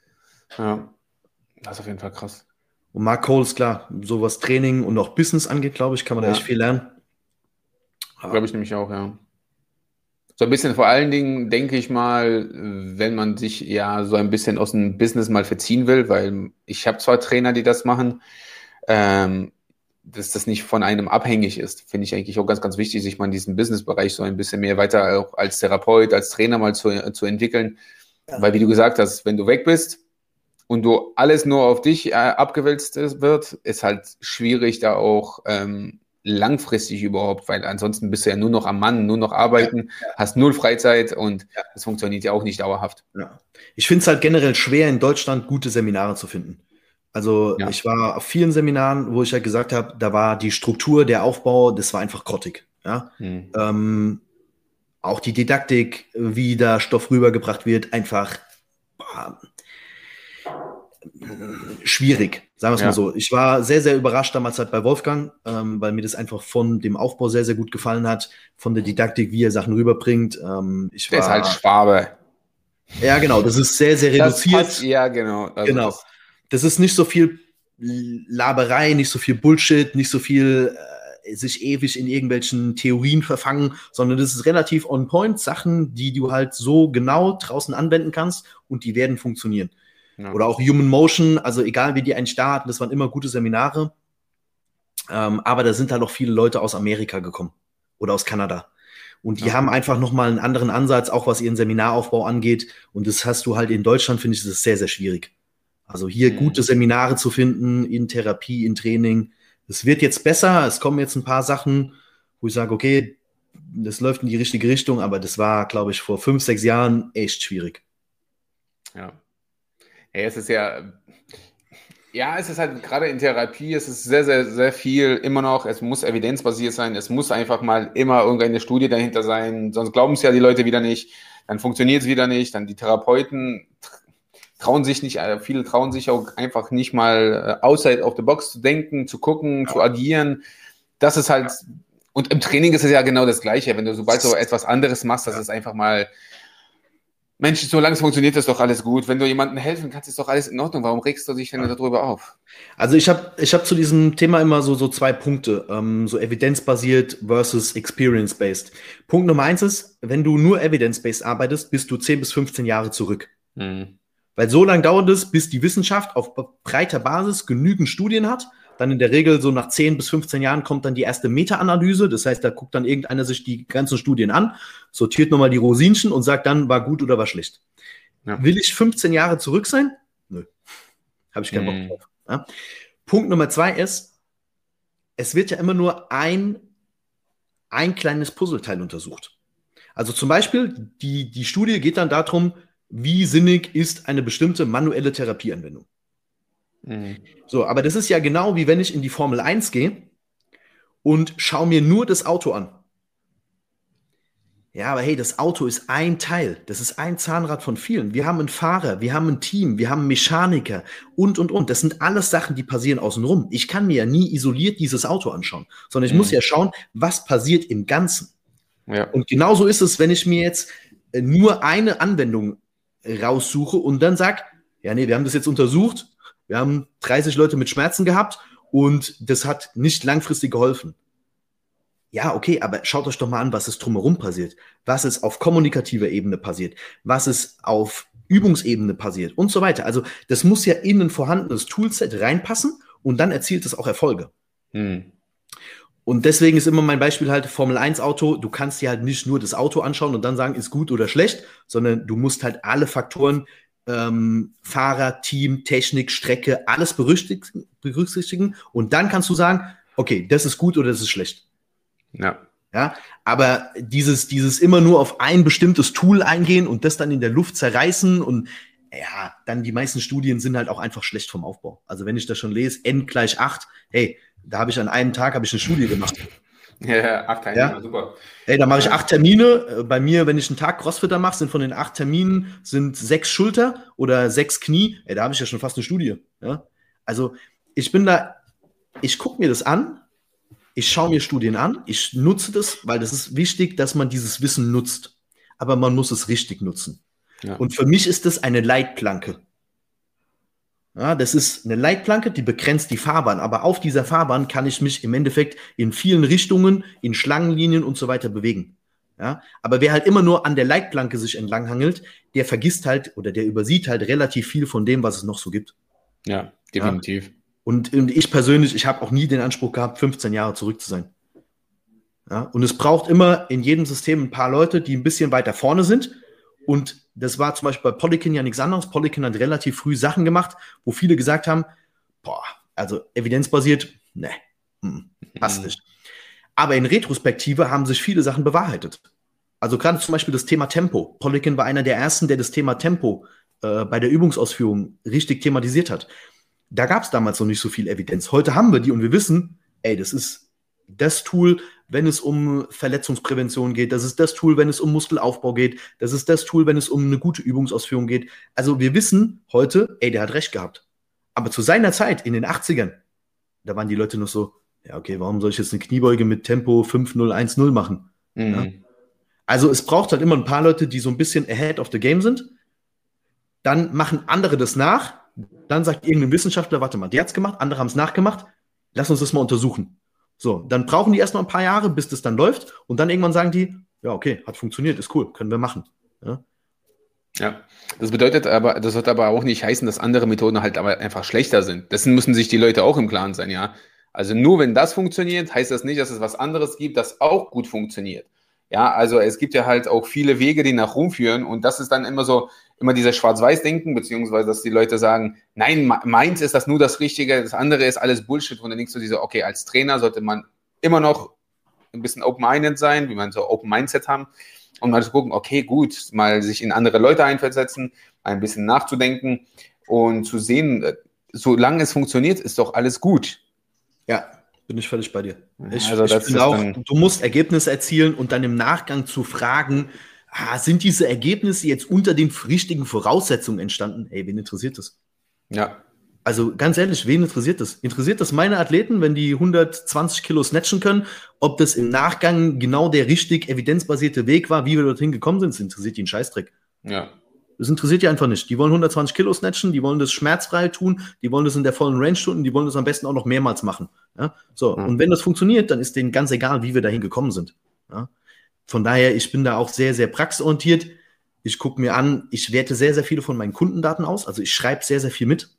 S1: ja. Das ist auf jeden Fall krass.
S2: Und Mark Cole ist klar, so was Training und auch Business angeht, glaube ich, kann man da echt
S1: Ja,
S2: viel lernen.
S1: glaube ich nämlich auch, ja. So ein bisschen vor allen Dingen, denke ich mal, wenn man sich ja so ein bisschen aus dem Business mal verziehen will, weil ich habe zwar Trainer, die das machen, ähm, dass das nicht von einem abhängig ist, finde ich eigentlich auch ganz, ganz wichtig, sich mal in diesem Business-Bereich so ein bisschen mehr weiter auch als Therapeut, als Trainer mal zu, zu entwickeln. Weil, wie du gesagt hast, wenn du weg bist und du alles nur auf dich äh, abgewälzt wird, ist halt schwierig, da auch ähm, langfristig überhaupt, weil ansonsten bist du ja nur noch am Mann, nur noch
S2: Ja,
S1: arbeiten, hast null Freizeit und
S2: ja,
S1: das funktioniert ja auch nicht dauerhaft.
S2: ja. Ich finde es halt generell schwer, in Deutschland gute Seminare zu finden. Also
S1: Ja.
S2: ich war auf vielen Seminaren, wo ich halt gesagt habe, da war die Struktur, der Aufbau, das war einfach grottig. Ja?
S1: Hm.
S2: Ähm, auch die Didaktik, wie da Stoff rübergebracht wird, einfach boah, schwierig, sagen wir es mal
S1: Ja.
S2: so. Ich war sehr, sehr überrascht damals halt bei Wolfgang, ähm, weil mir das einfach von dem Aufbau sehr, sehr gut gefallen hat, von der Didaktik, wie er Sachen rüberbringt. Ähm, ich
S1: Der ist halt
S2: war,
S1: Schwabe.
S2: ja genau, das ist sehr, sehr
S1: Das passt,
S2: reduziert.
S1: ja, genau. Also
S2: Genau.
S1: das,
S2: Das ist nicht so viel Laberei, nicht so viel Bullshit, nicht so viel äh, sich ewig in irgendwelchen Theorien verfangen, sondern das ist relativ on point, Sachen, die du halt so genau draußen anwenden kannst und die werden funktionieren.
S1: ja.
S2: Oder auch Human Motion, also egal wie die einen starten, das waren immer gute Seminare, ähm, aber da sind halt auch viele Leute aus Amerika gekommen oder aus Kanada. Und die
S1: Ja.
S2: haben einfach nochmal einen anderen Ansatz, auch was ihren Seminaraufbau angeht. Und das hast du halt in Deutschland, finde ich, das ist sehr, sehr schwierig. Also hier gute
S1: Hm.
S2: Seminare zu finden in Therapie, in Training. Es wird jetzt besser, es kommen jetzt ein paar Sachen, wo ich sage, okay, das läuft in die richtige Richtung, aber das war, glaube ich, vor fünf, sechs Jahren echt schwierig.
S1: Ja. Ja, es ist ja, ja, es ist halt gerade in Therapie, es ist sehr, sehr, sehr viel immer noch, es muss evidenzbasiert sein, es muss einfach mal immer irgendeine Studie dahinter sein, sonst glauben es ja die Leute wieder nicht, dann funktioniert es wieder nicht, dann die Therapeuten trauen sich nicht, äh, viele trauen sich auch einfach nicht mal äh, outside of the box zu denken, zu gucken, zu agieren. Das ist halt, und im Training ist es ja genau das Gleiche, wenn du sobald du etwas anderes machst, das ist einfach mal, Mensch, solange es funktioniert, ist doch alles gut. Wenn du jemandem helfen kannst, ist doch alles in Ordnung. Warum regst du dich denn darüber auf?
S2: Also ich habe ich hab zu diesem Thema immer so, so zwei Punkte, ähm, so evidenzbasiert versus experience-based. Punkt Nummer eins ist, wenn du nur evidence-based arbeitest, bist du zehn bis fünfzehn Jahre zurück.
S1: Hm.
S2: Weil so lange dauert es, bis die Wissenschaft auf breiter Basis genügend Studien hat. Dann in der Regel so nach zehn bis fünfzehn Jahren kommt dann die erste Meta-Analyse. Das heißt, da guckt dann irgendeiner sich die ganzen Studien an, sortiert nochmal die Rosinchen und sagt dann, war gut oder war schlecht. Ja. Will ich fünfzehn Jahre zurück sein? Nö. Habe ich keinen Bock
S1: Mhm.
S2: drauf. Ja? Punkt Nummer zwei ist, es wird ja immer nur ein, ein kleines Puzzleteil untersucht. Also zum Beispiel, die, die Studie geht dann darum, wie sinnig ist eine bestimmte manuelle Therapieanwendung.
S1: Mhm.
S2: So, aber das ist ja genau wie wenn ich in die Formel eins gehe und schaue mir nur das Auto an. Ja, aber hey, das Auto ist ein Teil. Das ist ein Zahnrad von vielen. Wir haben einen Fahrer, wir haben ein Team, wir haben einen Mechaniker und, und, und. Das sind alles Sachen, die passieren außenrum. Ich kann mir ja nie isoliert dieses Auto anschauen, sondern ich
S1: Mhm.
S2: muss ja schauen, was passiert im Ganzen.
S1: Ja.
S2: Und genauso ist es, wenn ich mir jetzt äh, nur eine Anwendung raussuche und dann sage, ja, nee, wir haben das jetzt untersucht, wir haben dreißig Leute mit Schmerzen gehabt und das hat nicht langfristig geholfen. Ja, okay, aber schaut euch doch mal an, was ist drumherum passiert, was ist auf kommunikativer Ebene passiert, was ist auf Übungsebene passiert und so weiter. Also das muss ja in ein vorhandenes Toolset reinpassen und dann erzielt es auch Erfolge.
S1: Mhm.
S2: Und deswegen ist immer mein Beispiel halt Formel eins Auto, du kannst dir halt nicht nur das Auto anschauen und dann sagen, ist gut oder schlecht, sondern du musst halt alle Faktoren, ähm, Fahrer, Team, Technik, Strecke, alles berücksichtigen, berücksichtigen und dann kannst du sagen, okay, das ist gut oder das ist schlecht.
S1: Ja.
S2: Ja, aber dieses, dieses immer nur auf ein bestimmtes Tool eingehen und das dann in der Luft zerreißen und ja, dann die meisten Studien sind halt auch einfach schlecht vom Aufbau. Also wenn ich das schon lese, n gleich acht, hey, da habe ich an einem Tag habe ich eine Studie gemacht.
S1: Ja, acht Teilnehmer,
S2: Ja.
S1: super.
S2: Hey, da mache ich acht Termine. Bei mir, wenn ich einen Tag Crossfitter mache, sind von den acht Terminen sind sechs Schulter oder sechs Knie. Ey, da habe ich ja schon fast eine Studie. Ja? Also ich bin da, ich gucke mir das an, ich schaue mir Studien an, ich nutze das, weil das ist wichtig, dass man dieses Wissen nutzt. Aber man muss es richtig nutzen.
S1: Ja.
S2: Und für mich ist das eine Leitplanke. Ja, das ist eine Leitplanke, die begrenzt die Fahrbahn. Aber auf dieser Fahrbahn kann ich mich im Endeffekt in vielen Richtungen, in Schlangenlinien und so weiter bewegen. Ja, aber wer halt immer nur an der Leitplanke sich entlanghangelt, der vergisst halt oder der übersieht halt relativ viel von dem, was es noch so gibt.
S1: Ja, definitiv.
S2: Ja. Und, und ich persönlich, ich habe auch nie den Anspruch gehabt, fünfzehn Jahre zurück zu sein. Ja, und es braucht immer in jedem System ein paar Leute, die ein bisschen weiter vorne sind. Und das war zum Beispiel bei Polykin ja nichts anderes. Polykin hat relativ früh Sachen gemacht, wo viele gesagt haben, boah, also evidenzbasiert, ne, passt nicht. Aber in Retrospektive haben sich viele Sachen bewahrheitet. Also gerade zum Beispiel das Thema Tempo. Polykin war einer der ersten, der das Thema Tempo äh, bei der Übungsausführung richtig thematisiert hat. Da gab es damals noch nicht so viel Evidenz. Heute haben wir die und wir wissen, ey, das ist das Tool, wenn es um Verletzungsprävention geht. Das ist das Tool, wenn es um Muskelaufbau geht. Das ist das Tool, wenn es um eine gute Übungsausführung geht. Also wir wissen heute, ey, der hat recht gehabt. Aber zu seiner Zeit, in den achtzigern, da waren die Leute noch so, ja, okay, warum soll ich jetzt eine Kniebeuge mit Tempo fünf null eins null machen?
S1: Mhm.
S2: Ja? Also es braucht halt immer ein paar Leute, die so ein bisschen ahead of the game sind. Dann machen andere das nach. Dann sagt irgendein Wissenschaftler, warte mal, der hat's gemacht, andere haben es nachgemacht. Lass uns das mal untersuchen. So, dann brauchen die erstmal ein paar Jahre, bis das dann läuft. Und dann irgendwann sagen die, ja, okay, hat funktioniert, ist cool, können wir machen. Ja,
S1: ja. Das bedeutet aber, das wird aber auch nicht heißen, dass andere Methoden halt aber einfach schlechter sind. Dessen müssen sich die Leute auch im Klaren sein, ja. Also nur wenn das funktioniert, heißt das nicht, dass es was anderes gibt, das auch gut funktioniert. Ja, also es gibt ja halt auch viele Wege, die nach Rom führen und das ist dann immer so, immer dieser Schwarz-Weiß-Denken, beziehungsweise dass die Leute sagen, nein, meins ist das nur das Richtige, das andere ist alles Bullshit. Und dann denkst du dir so, okay, als Trainer sollte man immer noch ein bisschen open-minded sein, wie man so Open-Mindset haben und mal zu gucken, okay, gut, mal sich in andere Leute einversetzen, ein bisschen nachzudenken und zu sehen, solange es funktioniert, ist doch alles gut.
S2: Ja, bin ich völlig bei dir. Ich,
S1: also
S2: ich
S1: das
S2: finde
S1: ist
S2: auch,
S1: dann,
S2: du musst Ergebnisse erzielen und dann im Nachgang zu fragen, ah, sind diese Ergebnisse jetzt unter den richtigen Voraussetzungen entstanden? Ey, wen interessiert das?
S1: ja.
S2: Also ganz ehrlich, wen interessiert das? Interessiert das meine Athleten, wenn die hundertzwanzig Kilo snatchen können, ob das im Nachgang genau der richtig evidenzbasierte Weg war, wie wir dorthin gekommen sind? Das interessiert die einen Scheißdreck.
S1: Ja.
S2: Das interessiert die einfach nicht. Die wollen hundertzwanzig Kilo snatchen, die wollen das schmerzfrei tun, die wollen das in der vollen Range tun und die wollen das am besten auch noch mehrmals machen. Ja? So, mhm. Und wenn das funktioniert, dann ist denen ganz egal, wie wir dahin gekommen sind. Ja? Von daher, ich bin da auch sehr, sehr praxisorientiert. Ich gucke mir an, ich werte sehr, sehr viele von meinen Kundendaten aus. Also ich schreibe sehr, sehr viel mit.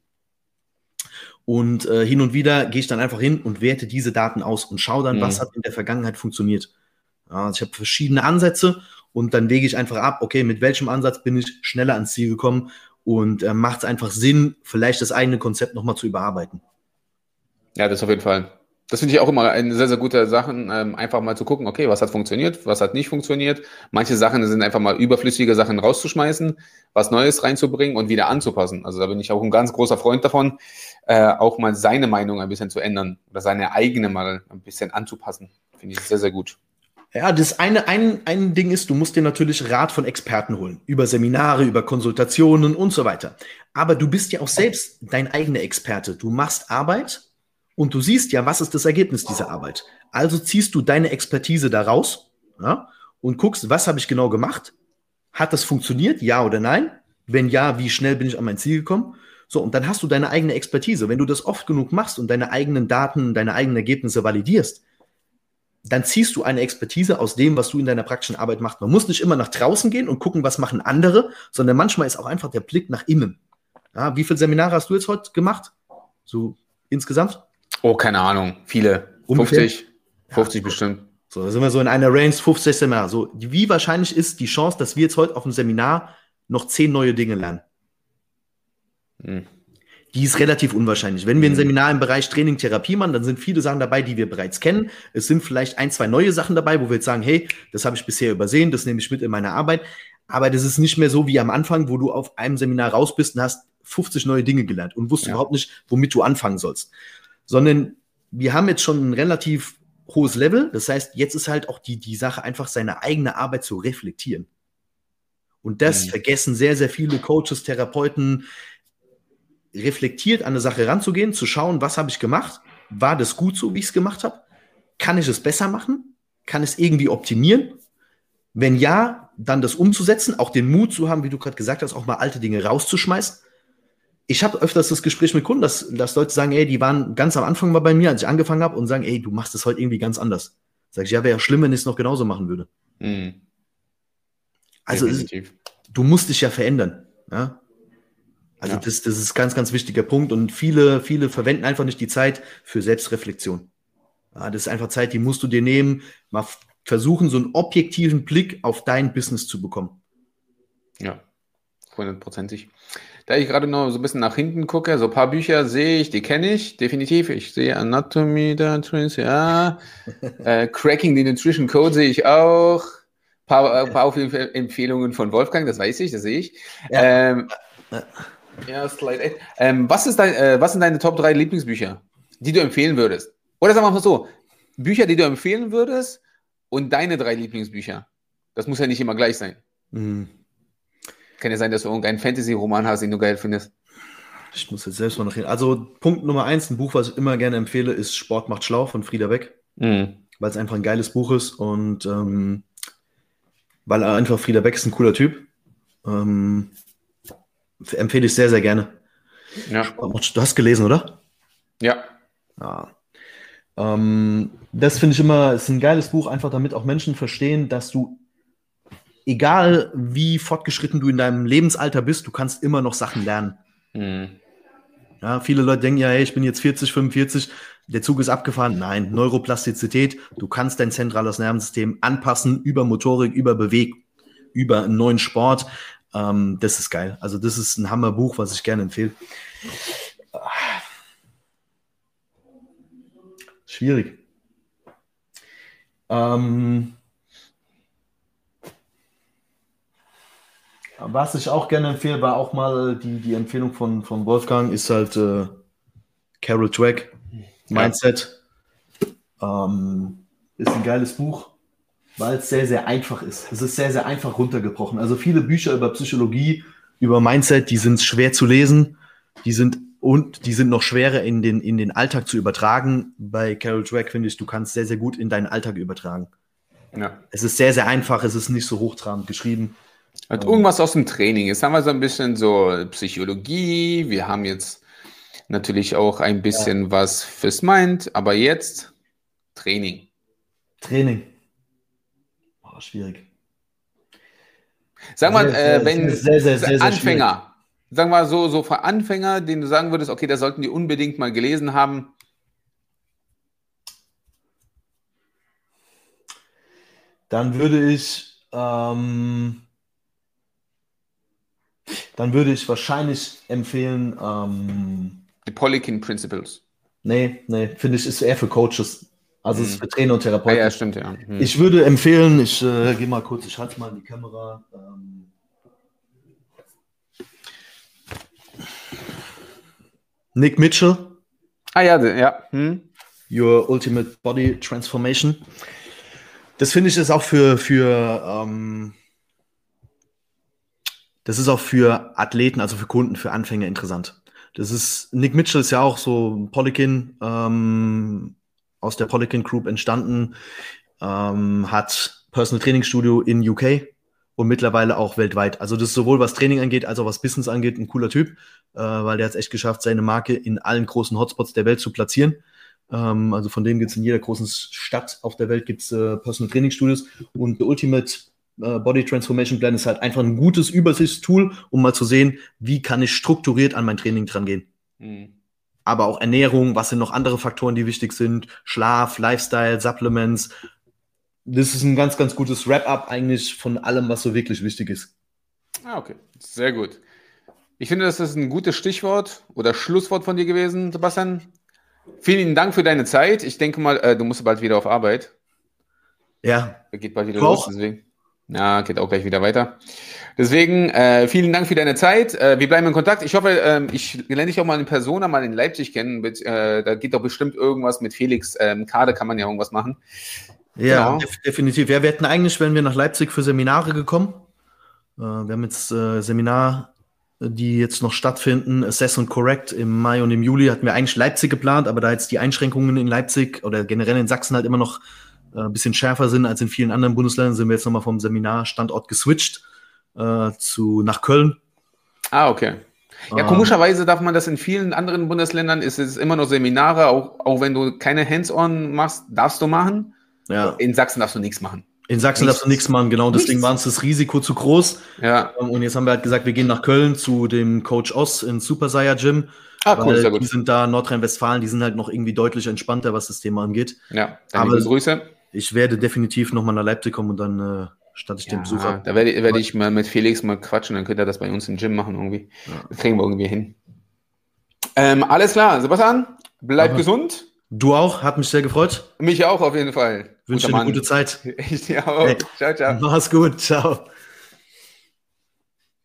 S2: Und äh, hin und wieder gehe ich dann einfach hin und werte diese Daten aus und schaue dann, mhm. was hat in der Vergangenheit funktioniert. Ja, also ich habe verschiedene Ansätze und dann wege ich einfach ab, okay, mit welchem Ansatz bin ich schneller ans Ziel gekommen und äh, macht es einfach Sinn, vielleicht das eigene Konzept nochmal zu überarbeiten.
S1: Ja, das auf jeden Fall. Das finde ich auch immer eine sehr, sehr gute Sache, ähm, einfach mal zu gucken, okay, was hat funktioniert, was hat nicht funktioniert. Manche Sachen sind einfach mal überflüssige Sachen rauszuschmeißen, was Neues reinzubringen und wieder anzupassen. Also da bin ich auch ein ganz großer Freund davon, äh, auch mal seine Meinung ein bisschen zu ändern oder seine eigene mal ein bisschen anzupassen. Finde ich sehr, sehr gut.
S2: Ja, das eine ein, ein Ding ist, du musst dir natürlich Rat von Experten holen. Über Seminare, über Konsultationen und so weiter. Aber du bist ja auch selbst dein eigener Experte. Du machst Arbeit und du siehst ja, was ist das Ergebnis dieser Arbeit. Also ziehst du deine Expertise da raus, ja, und guckst, was habe ich genau gemacht? Hat das funktioniert? Ja oder nein? Wenn ja, wie schnell bin ich an mein Ziel gekommen? So, und dann hast du deine eigene Expertise. Wenn du das oft genug machst und deine eigenen Daten, deine eigenen Ergebnisse validierst, dann ziehst du eine Expertise aus dem, was du in deiner praktischen Arbeit machst. Man muss nicht immer nach draußen gehen und gucken, was machen andere, sondern manchmal ist auch einfach der Blick nach innen. Ja, wie viele Seminare hast du jetzt heute gemacht? So insgesamt?
S1: Oh, keine Ahnung. Viele. Ungefähr? fünfzig. fünfzig ja, bestimmt.
S2: So, da sind wir so in einer Range fünfzig Seminare. So, wie wahrscheinlich ist die Chance, dass wir jetzt heute auf dem Seminar noch zehn neue Dinge lernen? Hm. Die ist relativ unwahrscheinlich. Wenn wir ein Seminar im Bereich Training, Therapie machen, dann sind viele Sachen dabei, die wir bereits kennen. Es sind vielleicht ein, zwei neue Sachen dabei, wo wir jetzt sagen, hey, das habe ich bisher übersehen, das nehme ich mit in meine Arbeit. Aber das ist nicht mehr so wie am Anfang, wo du auf einem Seminar raus bist und hast fünfzig neue Dinge gelernt und wusstest ja. überhaupt nicht, womit du anfangen sollst. Sondern wir haben jetzt schon ein relativ hohes Level. Das heißt, jetzt ist halt auch die, die Sache, einfach seine eigene Arbeit zu reflektieren. Und das mhm. vergessen sehr, sehr viele Coaches, Therapeuten, reflektiert an eine Sache ranzugehen, zu schauen, was habe ich gemacht? War das gut so, wie ich es gemacht habe? Kann ich es besser machen? Kann ich es irgendwie optimieren? Wenn ja, dann das umzusetzen, auch den Mut zu haben, wie du gerade gesagt hast, auch mal alte Dinge rauszuschmeißen. Ich habe öfters das Gespräch mit Kunden, dass, dass Leute sagen, ey, die waren ganz am Anfang mal bei mir, als ich angefangen habe und sagen, ey, du machst das heute irgendwie ganz anders. Sag ich, ja, wäre ja schlimm, wenn ich es noch genauso machen würde. Mhm. Also es, du musst dich ja verändern. Ja? Also ja. das, das ist ein ganz, ganz wichtiger Punkt und viele, viele verwenden einfach nicht die Zeit für Selbstreflexion. Ja, das ist einfach Zeit, die musst du dir nehmen, mal versuchen, so einen objektiven Blick auf dein Business zu bekommen.
S1: Ja, hundertprozentig. Da ich gerade noch so ein bisschen nach hinten gucke, so ein paar Bücher sehe ich, die kenne ich definitiv. Ich sehe Anatomy der Twins, ja. äh, Cracking the Nutrition Code sehe ich auch. Ein paar, ein paar Empfehlungen von Wolfgang, das weiß ich, das sehe ich. Ja. Ähm, Ja, Slide eight. Ähm, was, ist dein, äh, was sind deine Top drei Lieblingsbücher, die du empfehlen würdest? Oder sagen wir mal so, Bücher, die du empfehlen würdest und deine drei Lieblingsbücher. Das muss ja nicht immer gleich sein. Mhm. Kann ja sein, dass du irgendeinen Fantasy-Roman hast, den du geil findest.
S2: Ich muss jetzt selbst mal noch hin. Also Punkt Nummer eins, ein Buch, was ich immer gerne empfehle, ist Sport macht schlau von Frieda Beck. Mhm. Weil es einfach ein geiles Buch ist und ähm, weil einfach Frieda Beck ist ein cooler Typ. Ähm, empfehle ich sehr, sehr gerne. Ja. Du hast gelesen, oder?
S1: Ja.
S2: ja. Ähm, das finde ich immer, ist ein geiles Buch, einfach damit auch Menschen verstehen, dass du, egal wie fortgeschritten du in deinem Lebensalter bist, du kannst immer noch Sachen lernen. Mhm. Ja, viele Leute denken ja, hey, ich bin jetzt vierzig, fünfundvierzig, der Zug ist abgefahren. Nein, Neuroplastizität, du kannst dein zentrales Nervensystem anpassen über Motorik, über Bewegung, über einen neuen Sport. Ähm, das ist geil. Also das ist ein Hammerbuch, was ich gerne empfehle. Schwierig. Ähm, was ich auch gerne empfehle, war auch mal die, die Empfehlung von, von Wolfgang, ist halt äh, Carol Dweck, Mindset. Ja. Ähm, ist ein geiles Buch, weil es sehr, sehr einfach ist. Es ist sehr, sehr einfach runtergebrochen. Also viele Bücher über Psychologie, über Mindset, die sind schwer zu lesen, die sind und die sind noch schwerer in den, in den Alltag zu übertragen. Bei Carol Dweck finde ich, du kannst sehr, sehr gut in deinen Alltag übertragen. Ja. Es ist sehr, sehr einfach, es ist nicht so hochtrabend geschrieben.
S1: Und irgendwas aus dem Training. Jetzt haben wir so ein bisschen so Psychologie, wir haben jetzt natürlich auch ein bisschen ja. was fürs Mind, aber jetzt Training.
S2: Training. Oh, schwierig.
S1: Sag mal,
S2: Sehr, sehr,
S1: äh, wenn
S2: sehr, sehr, sehr, sehr
S1: Anfänger,
S2: schwierig.
S1: sag mal so, so für Anfänger, denen du sagen würdest, okay, das sollten die unbedingt mal gelesen haben.
S2: Dann würde ich, ähm, dann würde ich wahrscheinlich empfehlen, ähm,
S1: Die Polikin Principles.
S2: nee, nee, finde ich, ist eher für Coaches. Also es ist
S1: Hm.
S2: für Trainer und
S1: Ah ja,
S2: Therapeuten.
S1: stimmt, ja. Hm.
S2: Ich würde empfehlen, ich äh, gehe mal kurz, ich halte mal in die Kamera. Ähm, Nick Mitchell,
S1: Ah ja, ja. Hm.
S2: Your Ultimate Body Transformation. Das finde ich ist auch für, für ähm, das ist auch für Athleten, also für Kunden, für Anfänger interessant. Das ist, Nick Mitchell ist ja auch so Polikin, ähm, aus der Polikin Group entstanden, ähm, hat Personal Training Studio in U K und mittlerweile auch weltweit. Also das ist sowohl was Training angeht, als auch was Business angeht, ein cooler Typ, äh, weil der hat es echt geschafft, seine Marke in allen großen Hotspots der Welt zu platzieren. Ähm, also von dem gibt es in jeder großen Stadt auf der Welt gibt's äh, Personal Training Studios und The Ultimate äh, Body Transformation Plan ist halt einfach ein gutes Übersichtstool, um mal zu sehen, wie kann ich strukturiert an mein Training dran gehen.
S1: Hm.
S2: Aber auch Ernährung, was sind noch andere Faktoren, die wichtig sind, Schlaf, Lifestyle, Supplements. Das ist ein ganz, ganz gutes Wrap-up eigentlich von allem, was so wirklich wichtig ist.
S1: Ah, okay. Sehr gut. Ich finde, das ist ein gutes Stichwort oder Schlusswort von dir gewesen, Sebastian. Vielen Dank für deine Zeit. Ich denke mal, äh, du musst bald wieder auf Arbeit.
S2: Ja.
S1: Geht bald wieder
S2: Du
S1: los,
S2: auch?
S1: deswegen. Ja, geht auch gleich wieder weiter. Deswegen, äh, vielen Dank für deine Zeit. Äh, wir bleiben in Kontakt. Ich hoffe, ähm, ich lerne dich auch mal in Persona mal in Leipzig kennen. Mit, äh, da geht doch bestimmt irgendwas mit Felix. Ähm, Kader kann man ja irgendwas machen.
S2: Ja,
S1: Genau.
S2: def- definitiv. Ja, wir hätten eigentlich, wären wir nach Leipzig für Seminare gekommen. Äh, wir haben jetzt äh, Seminar, die jetzt noch stattfinden, Assess und Correct im Mai und im Juli hatten wir eigentlich Leipzig geplant, aber da jetzt die Einschränkungen in Leipzig oder generell in Sachsen halt immer noch äh, ein bisschen schärfer sind als in vielen anderen Bundesländern, sind wir jetzt nochmal vom Seminarstandort geswitcht äh, zu nach Köln.
S1: Ah, okay. Ja,
S2: Ähm,
S1: komischerweise darf man das in vielen anderen Bundesländern, ist es immer noch Seminare, auch, auch wenn du keine Hands-on machst, darfst du machen.
S2: ja.
S1: In Sachsen darfst du nichts machen.
S2: In Sachsen
S1: Nichts.
S2: darfst du nichts machen, genau, deswegen
S1: Nichts.
S2: war uns das Risiko zu groß.
S1: Ja.
S2: Ähm, Und jetzt haben wir halt gesagt, wir gehen nach Köln zu dem Coach Oss ins Super Saiya Gym.
S1: Ah, cool,
S2: weil
S1: sehr
S2: die
S1: gut.
S2: sind da, Nordrhein-Westfalen, die sind halt noch irgendwie deutlich entspannter, was das Thema angeht.
S1: Ja, dann
S2: Aber
S1: liebe Grüße.
S2: ich werde definitiv nochmal nach Leipzig kommen und dann äh, statte ich den Besuch
S1: Ja,
S2: ab.
S1: da werde, werde ich mal mit Felix mal quatschen, dann könnt ihr das bei uns im Gym machen irgendwie. Das kriegen wir irgendwie hin. Ähm, alles klar, Sebastian, bleib
S2: Aber-
S1: gesund.
S2: Du auch, hat mich sehr gefreut.
S1: Mich auch auf jeden Fall.
S2: Wünsche
S1: Guter
S2: dir eine
S1: Mann.
S2: gute Zeit.
S1: Ich dir auch.
S2: Hey.
S1: Ciao, ciao.
S2: Mach's gut, ciao.